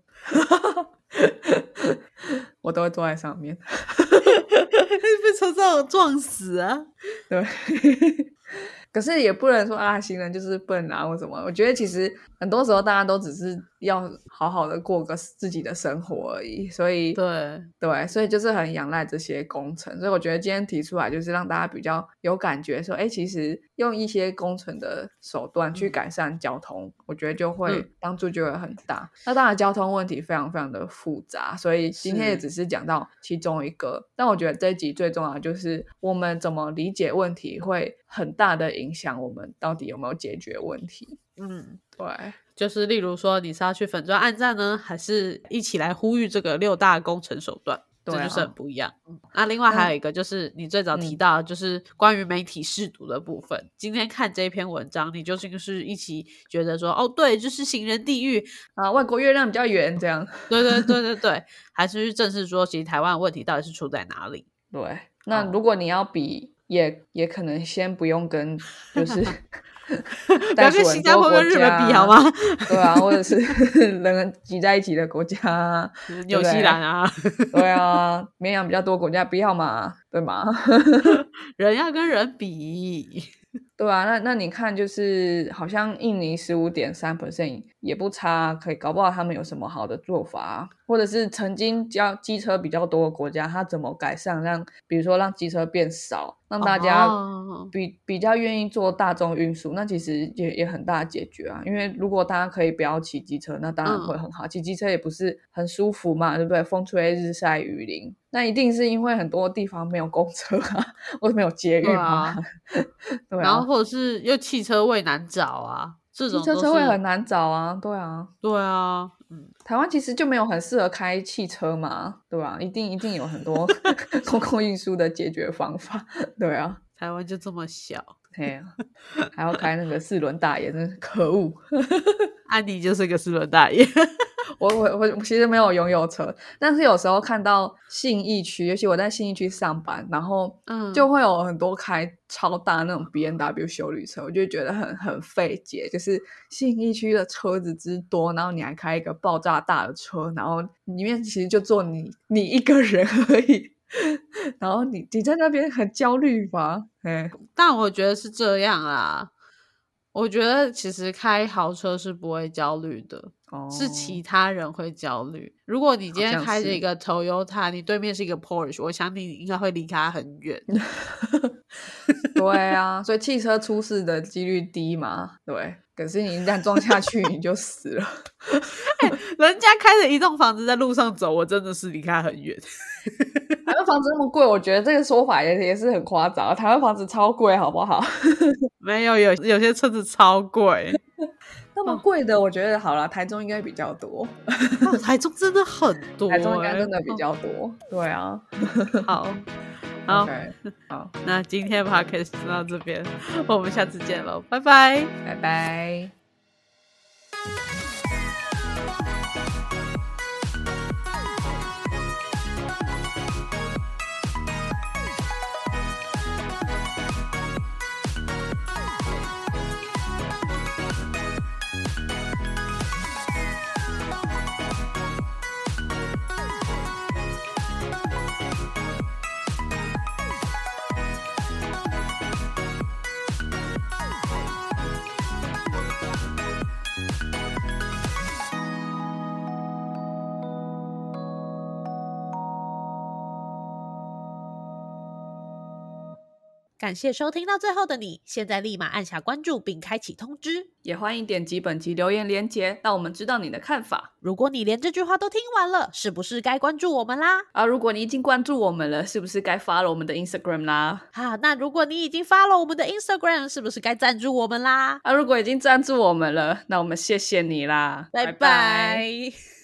我都会坐在上面。 被车撞撞死啊。 对。可是也不能说啊行人就是笨啊或什么，我觉得其实很多时候大家都只是要好好的过个自己的生活而已，所以对对，所以就是很仰赖这些工程，所以我觉得今天提出来就是让大家比较有感觉说，哎，其实用一些工程的手段去改善交通、嗯、我觉得就会帮助就会很大、嗯、那当然交通问题非常非常的复杂，所以今天也只是讲到其中一个，但我觉得这一集最重要的就是我们怎么理解问题会很大的影响我们到底有没有解决问题。 嗯， 对， 就是例如说你是要去粉专按赞呢，还是一起来呼吁这个六大工程手段，对、啊、这就是很不一样。那另外还有一个就是你最早提到的就是关于媒体识读的部分、嗯、今天看这篇文章你就是一起觉得说哦对，就是行人地狱啊，外国月亮比较圆这样。 对对对对对，还是去正视说其实台湾的问题到底是出在哪里。 对，那如果你要比、哦、也也可能先不用跟就是不要跟新加坡跟日本比好吗？ 对啊，或者是人挤在一起的国家， 纽西兰啊， 对啊，绵羊比较多国家不要嘛，对吗？ 人要跟人比。 对啊，那那你看就是好像印尼 百分之十五点三 也不差，可以搞不好他们有什么好的做法、啊、或者是曾经交机车比较多的国家他怎么改善，让比如说让机车变少，让大家比、oh. 比较愿意做大众运输，那其实也也很大的解决啊，因为如果大家可以不要骑机车那当然会很好，骑、嗯、机车也不是很舒服嘛，对不对？风吹日晒雨淋，那一定是因为很多地方没有公车啊或者没有捷运啊，对啊对啊， 然后或者是又汽车位难找啊，这种汽车车位很难找啊，对啊对啊、嗯、 台湾其实就没有很适合开汽车嘛，对吧、啊？一定一定有很多公共运输的解决方法，对啊， 台湾就这么小， 对啊，还要开那个四轮大爷，真是可恶。 安迪就是个四轮大爷。 我我我其实没有拥有车，但是有时候看到信义区，尤其我在信义区上班，然后就会有很多开超大那种 B M W 休旅车，我就觉得很很费解，就是信义区的车子之多，然后你还开一个爆炸大的车，然后里面其实就坐你你一个人而已，然后你你在那边很焦虑吧？ 但我觉得是这样啦，我觉得其实开豪车是不会焦虑的、哦、是其他人会焦虑。如果你今天开着一个 Toyota， 你对面是一个 Porsche， 我想你应该会离他很远。 对啊，所以汽车出事的几率低嘛，对，可是你一旦撞下去你就死了。 欸、人家开着一栋房子在路上走，我真的是离他很远。 台湾房子那么贵，我觉得这个说法也也是很夸张，台湾房子超贵好不好？ 没有，有有些车子超贵。 那么贵的我觉得好了，台中应该比较多。 哦、台中真的很多、欸、 台中应该真的比较多、哦、对啊。 好好、 okay, 好， 那今天 podcast 就到这边，我们下次见咯，拜拜拜拜。 感谢收听到最后的你，现在立马按下关注并开启通知， 也欢迎点击本集留言连结，让我们知道你的看法。 如果你连这句话都听完了，是不是该关注我们啦？ 啊，如果你已经关注我们了，是不是该 follow 我们的 Instagram 啦？ 啊，那如果你已经 follow 我们的 Instagram， 是不是该赞助我们啦？ 啊，如果已经赞助我们了，那我们谢谢你啦， 拜拜。